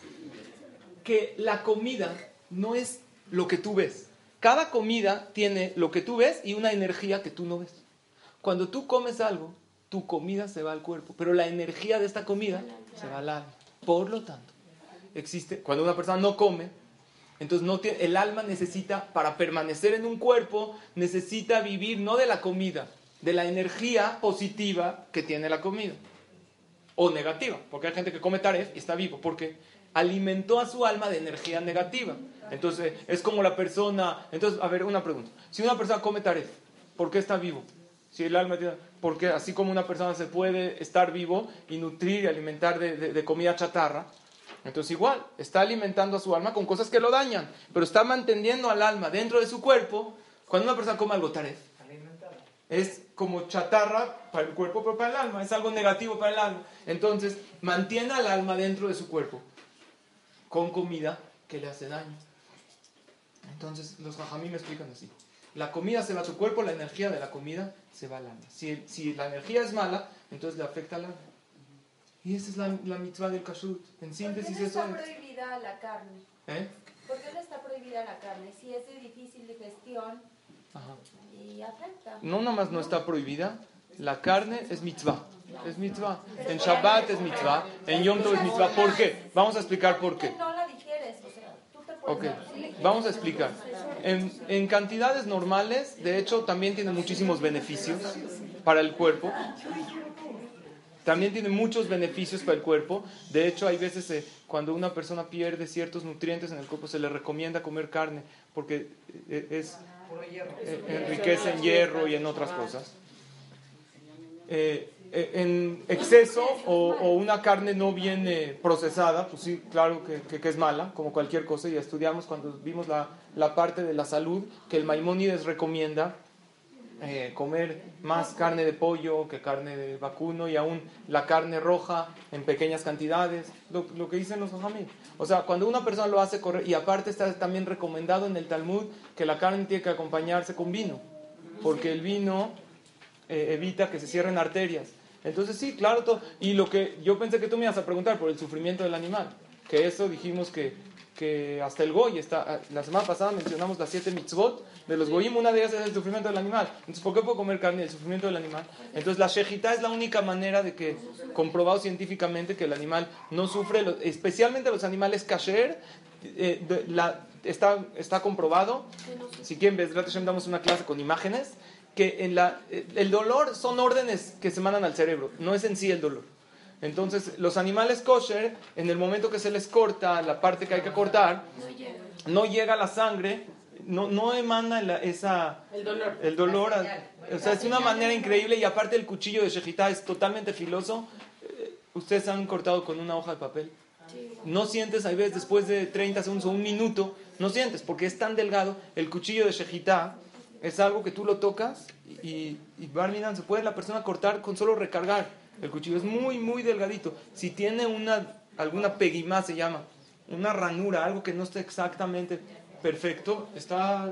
Speaker 1: que la comida no es lo que tú ves. Cada comida tiene lo que tú ves y una energía que tú no ves. Cuando tú comes algo, tu comida se va al cuerpo, pero la energía de esta comida se va al alma. Por lo tanto, existe, cuando una persona no come, entonces no tiene, el alma necesita, para permanecer en un cuerpo, necesita vivir no de la comida, de la energía positiva que tiene la comida. O negativa, porque hay gente que come taref y está vivo, porque alimentó a su alma de energía negativa. Entonces, es como la persona... Entonces, a ver, una pregunta. Si una persona come taref, ¿por qué está vivo? Si el alma tiene... Porque así como una persona se puede estar vivo y nutrir y alimentar de, de, de comida chatarra, entonces igual, está alimentando a su alma con cosas que lo dañan, pero está manteniendo al alma dentro de su cuerpo. Cuando una persona come algo taref, es como chatarra para el cuerpo, pero para el alma, es algo negativo para el alma. Entonces, mantiene al alma dentro de su cuerpo con comida que le hace daño. Entonces, los jajamí me explican así. La comida se va a tu cuerpo, la energía de la comida se va al alma. Si, si la energía es mala, entonces le afecta al alma. Y esa es la, la mitzvah del kashrut. En síntesis,
Speaker 7: ¿Por qué no
Speaker 1: eso
Speaker 7: está
Speaker 1: es.
Speaker 7: prohibida la carne?
Speaker 1: ¿Eh?
Speaker 7: ¿Por qué no está prohibida la carne? Si es de difícil digestión
Speaker 1: Ajá.
Speaker 7: y afecta.
Speaker 1: No, nada más no está prohibida. La carne es mitzvah. Es mitzvah. En Shabbat es mitzvah. En Yom Tov es mitzvah. ¿Por qué? Vamos a explicar por qué.
Speaker 7: No la digieres, o sea, tú te
Speaker 1: Ok,
Speaker 7: puedes...
Speaker 1: vamos a explicar. En, en cantidades normales, de hecho, también tiene muchísimos beneficios para el cuerpo. También tiene muchos beneficios para el cuerpo. De hecho, hay veces eh, cuando una persona pierde ciertos nutrientes en el cuerpo, se le recomienda comer carne porque eh, es, eh, enriquece en hierro y en otras cosas. Eh, eh, en exceso o, o una carne no bien eh, procesada, pues sí, claro que, que, que es mala, como cualquier cosa. Y estudiamos cuando vimos la, la parte de la salud, que el Maimónides recomienda Eh, comer más carne de pollo que carne de vacuno y aún la carne roja en pequeñas cantidades, lo, lo que dicen los jajamim. O sea, cuando una persona lo hace correr, y aparte está también recomendado en el Talmud que la carne tiene que acompañarse con vino, porque el vino eh, evita que se cierren arterias. Entonces sí, claro, todo. Y lo que yo pensé que tú me ibas a preguntar por el sufrimiento del animal, que eso dijimos que, que hasta el goy está, la semana pasada mencionamos las siete mitzvot de los goyim, una de ellas es el sufrimiento del animal. Entonces, ¿por qué puedo comer carne? El sufrimiento del animal. Entonces, la shejitá es la única manera de que, comprobado científicamente, que el animal no sufre, especialmente los animales kasher, eh, de, la, está, está comprobado. Si quieren, Bezrat Hashem, damos una clase con imágenes, que en la, el dolor son órdenes que se mandan al cerebro, no es en sí el dolor. Entonces, los animales kosher, en el momento que se les corta la parte que hay que cortar, no llega la sangre, no, no emana la, esa,
Speaker 4: El dolor.
Speaker 1: el dolor. O sea, es una manera increíble. Y aparte el cuchillo de shejitá es totalmente filoso. Eh, Ustedes han cortado con una hoja de papel. No sientes, hay veces después de treinta segundos o un minuto, no sientes, porque es tan delgado. El cuchillo de shejitá es algo que tú lo tocas y, y Barminan, se puede la persona cortar con solo recargar. El cuchillo es muy, muy delgadito. Si tiene una, alguna pegimá, se llama, una ranura, algo que no esté exactamente perfecto, está,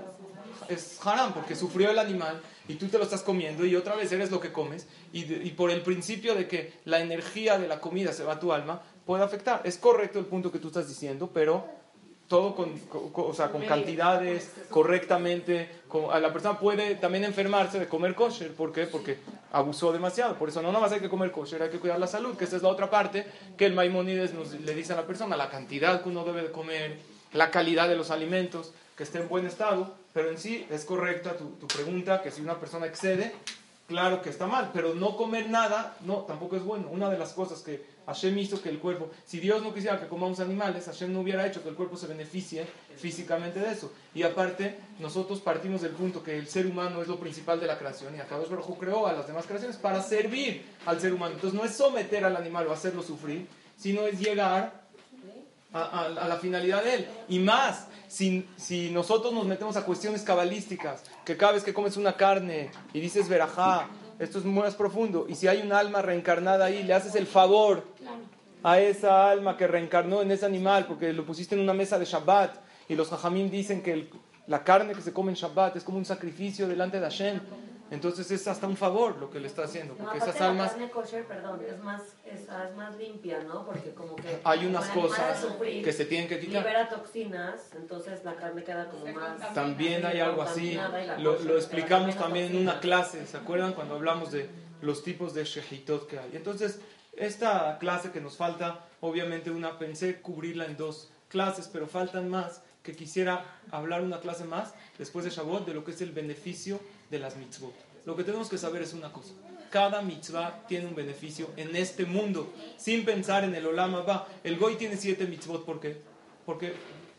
Speaker 1: es haram, porque sufrió el animal y tú te lo estás comiendo y otra vez eres lo que comes. Y, de, y por el principio de que la energía de la comida se va a tu alma, puede afectar. Es correcto el punto que tú estás diciendo, pero todo con, con, o sea, con cantidades, correctamente. Con, a la persona puede también enfermarse de comer kosher. ¿Por qué? Porque abusó demasiado. Por eso no nada más hay que comer kosher, hay que cuidar la salud, que esa es la otra parte que el Maimónides nos, le dice a la persona, la cantidad que uno debe de comer, la calidad de los alimentos, que esté en buen estado. Pero en sí es correcta tu, tu pregunta, que si una persona excede, claro que está mal, pero no comer nada, no, tampoco es bueno. Una de las cosas que Hashem hizo que el cuerpo, si Dios no quisiera que comamos animales, Hashem no hubiera hecho que el cuerpo se beneficie físicamente de eso. Y aparte, nosotros partimos del punto que el ser humano es lo principal de la creación, y Akadosh Baruj Hu creó a las demás creaciones para servir al ser humano. Entonces no es someter al animal o hacerlo sufrir, sino es llegar a, a, a la finalidad de él. Y más, si, si nosotros nos metemos a cuestiones cabalísticas, que cada vez que comes una carne y dices verajá, esto es más profundo, y si hay un alma reencarnada ahí, le haces el favor a esa alma que reencarnó en ese animal porque lo pusiste en una mesa de Shabbat, y los Jajamim dicen que el, la carne que se come en Shabbat es como un sacrificio delante de Hashem. Entonces es hasta un favor lo que le está haciendo, porque
Speaker 4: no,
Speaker 1: esas almas...
Speaker 4: La carne kosher, perdón, es más, es, es más limpia, ¿no? Porque como que...
Speaker 1: Hay unas
Speaker 4: como
Speaker 1: cosas
Speaker 4: sufrir,
Speaker 1: que se tienen que quitar.
Speaker 4: Libera toxinas, entonces la carne queda como más...
Speaker 1: También hay algo así, lo, lo explicamos también en una clase, ¿se acuerdan? Cuando hablamos de los tipos de shehitot que hay. Entonces, esta clase que nos falta, obviamente una pensé cubrirla en dos clases, pero faltan más, que quisiera hablar una clase más, después de Shavuot, de lo que es el beneficio de las mitzvot. Lo que tenemos que saber es una cosa: cada mitzvah tiene un beneficio en este mundo, sin pensar en el Olam Haba. El Goy tiene siete mitzvot, ¿por qué? Porque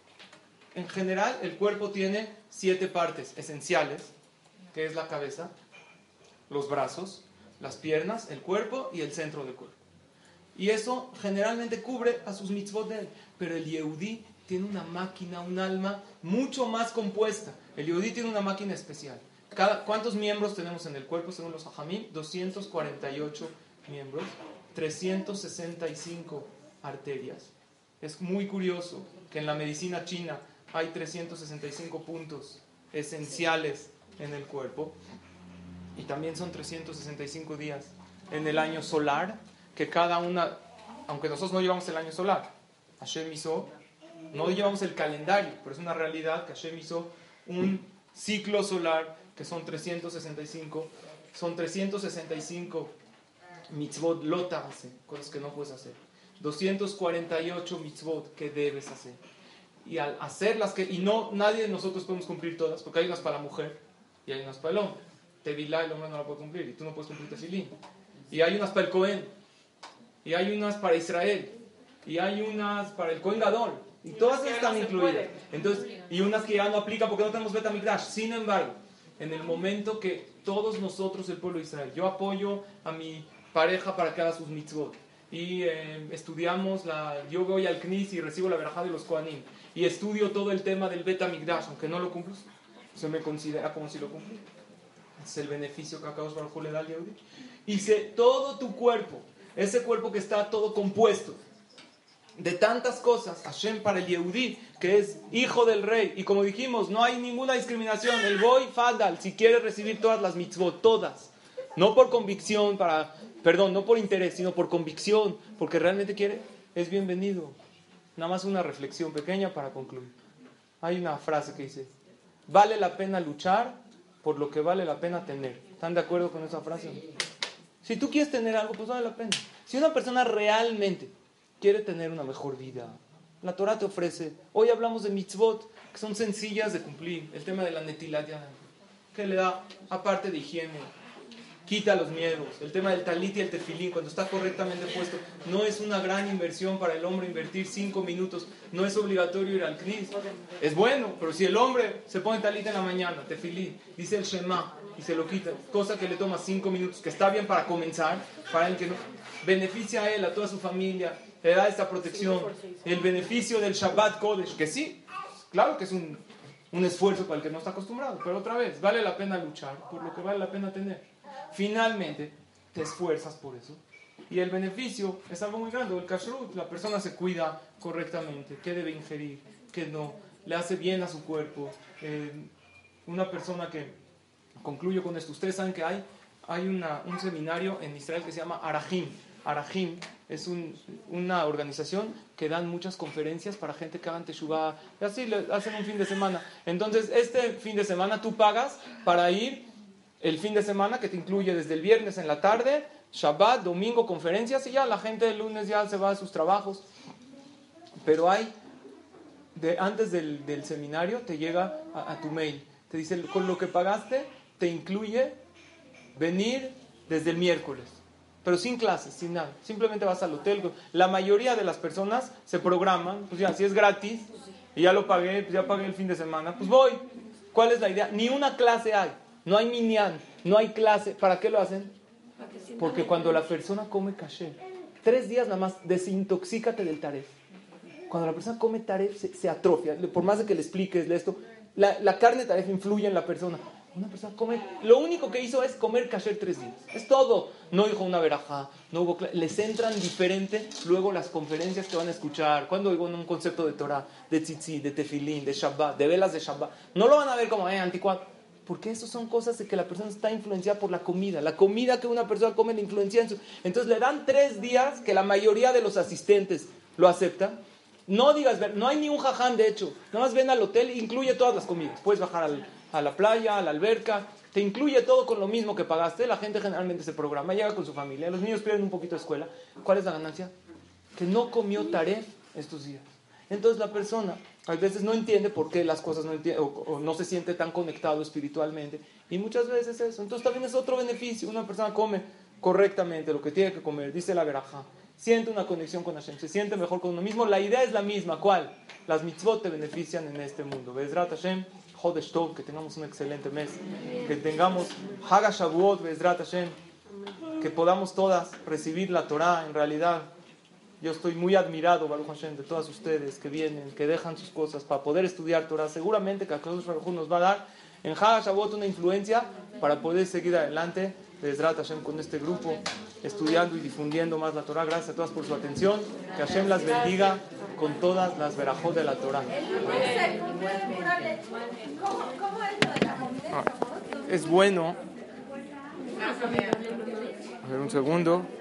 Speaker 1: en general el cuerpo tiene siete partes esenciales, que es la cabeza, los brazos, las piernas, el cuerpo y el centro del cuerpo. Y eso generalmente cubre a sus mitzvot de él. Pero el Yehudí tiene una máquina, un alma mucho más compuesta. El Yehudí tiene una máquina especial. Cada, ¿Cuántos miembros tenemos en el cuerpo según los Hajamim? doscientos cuarenta y ocho miembros, trescientas sesenta y cinco arterias. Es muy curioso que en la medicina china hay trescientos sesenta y cinco puntos esenciales en el cuerpo. Y también son trescientos sesenta y cinco días en el año solar, que cada una, aunque nosotros no llevamos el año solar, Hashem hizo, no llevamos el calendario, pero es una realidad que Hashem hizo un ciclo solar que son trescientos sesenta y cinco, son trescientos sesenta y cinco mitzvot lota hace, cosas que no puedes hacer, doscientos cuarenta y ocho mitzvot que debes hacer, y al hacerlas, que, y no, nadie de nosotros podemos cumplir todas, porque hay unas para la mujer y hay unas para el hombre. Tevilá el hombre no la puede cumplir, y tú no puedes cumplir tefilín. Y hay unas para el Cohen, y hay unas para Israel, y hay unas para el Cohen Gadol, y todas esas están incluidas. Entonces, y unas que ya no aplican porque no tenemos Bet HaMikdash. Sin embargo, en el momento que todos nosotros, el pueblo de Israel, yo apoyo a mi pareja para que haga sus mitzvot, y eh, estudiamos, la, yo voy al Knis y recibo la verajá de los Kohanim, y estudio todo el tema del Bet HaMikdash, aunque no lo cumplo, se me considera como si lo cumplí. Es el beneficio que Akadosh Baruj Hu le da al Yehudi. Y se, todo tu cuerpo, ese cuerpo que está todo compuesto de tantas cosas, Hashem para el Yehudi, que es hijo del rey, y como dijimos, no hay ninguna discriminación. El Goy Fadal, si quiere recibir todas las mitzvot, todas, no por convicción, para, perdón, no por interés, sino por convicción, porque realmente quiere, es bienvenido. Nada más una reflexión pequeña para concluir. Hay una frase que dice: vale la pena luchar por lo que vale la pena tener. ¿Están de acuerdo con esa frase? Si tú quieres tener algo, pues vale la pena. Si una persona realmente quiere tener una mejor vida, la Torah te ofrece. Hoy hablamos de mitzvot, que son sencillas de cumplir. El tema de la netilat yadayim, que le da, aparte de higiene, quita los miedos. El tema del talit y el tefilín, cuando está correctamente puesto, no es una gran inversión para el hombre invertir cinco minutos. No es obligatorio ir al Knis. Es bueno, pero si el hombre se pone talit en la mañana, tefilín, dice el Shema y se lo quita, cosa que le toma cinco minutos, que está bien para comenzar, para el que no, beneficia a él, a toda su familia, le da esta protección. El beneficio del Shabbat Kodesh, que sí, claro que es un, un esfuerzo para el que no está acostumbrado, pero otra vez, vale la pena luchar por lo que vale la pena tener. Finalmente, te esfuerzas por eso. Y el beneficio es algo muy grande. El kashrut, la persona se cuida correctamente, qué debe ingerir, qué no, le hace bien a su cuerpo. Eh, una persona que, concluyo con esto, ustedes saben que hay, hay una, un seminario en Israel que se llama Arahim. Arahim es un, una organización que dan muchas conferencias para gente que hagan teshuvah, y así le hacen un fin de semana. Entonces, este fin de semana tú pagas para ir el fin de semana, que te incluye desde el viernes en la tarde, Shabbat, domingo, conferencias, y ya la gente el lunes ya se va a sus trabajos. Pero hay, de, antes del, del seminario, te llega a, a tu mail, te dice, con lo que pagaste, te incluye venir desde el miércoles, pero sin clases, sin nada. Simplemente vas al hotel. La mayoría de las personas se programan, pues ya, si es gratis y ya lo pagué, pues ya pagué el fin de semana, pues voy. ¿Cuál es la idea? Ni una clase hay, no hay minyan, no hay clase. ¿Para qué lo hacen? Porque cuando la persona come kasher, tres días nada más, desintoxícate del taref. Cuando la persona come taref se, se atrofia, por más de que le expliques esto, la, la carne taref influye en la persona. Una persona come, lo único que hizo es comer kasher tres días, es todo. No dijo una verajá, no hubo cl- les entran diferente luego las conferencias que van a escuchar. Cuando oigan un concepto de Torah, de tzitzit, de tefilín, de Shabbat, de velas de Shabbat, no lo van a ver como eh, anticuado, porque eso son cosas de que la persona está influenciada por la comida. La comida que una persona come le influencia en su... Entonces le dan tres días que la mayoría de los asistentes lo aceptan. No digas, no hay ni un jaján, de hecho. Nada más ven al hotel, incluye todas las comidas. Puedes bajar al, a la playa, a la alberca, te incluye todo con lo mismo que pagaste. La gente generalmente se programa, llega con su familia. Los niños pierden un poquito de escuela. ¿Cuál es la ganancia? Que no comió taref estos días. Entonces la persona a veces no entiende por qué las cosas no entiende, o, o no se siente tan conectado espiritualmente. Y muchas veces eso. Entonces también es otro beneficio. Una persona come correctamente lo que tiene que comer, dice la verajá. Siente una conexión con Hashem, se siente mejor con uno mismo. La idea es la misma. ¿Cuál? Las mitzvot te benefician en este mundo. Be'ezrat Hashem, Chodesh Tov, que tengamos un excelente mes. Que tengamos Hag HaShavuot, Be'ezrat Hashem. Que podamos todas recibir la Torah. En realidad, yo estoy muy admirado, Baruch Hashem, de todas ustedes que vienen, que dejan sus cosas para poder estudiar Torah. Seguramente que Akadosh Baruj Hu nos va a dar en Hag HaShavuot una influencia para poder seguir adelante. Be'ezrat Hashem con este grupo, estudiando y difundiendo más la Torah. Gracias a todas por su atención. Que Hashem las bendiga con todas las verajot de la Torah. Ah, es bueno. A ver, un segundo.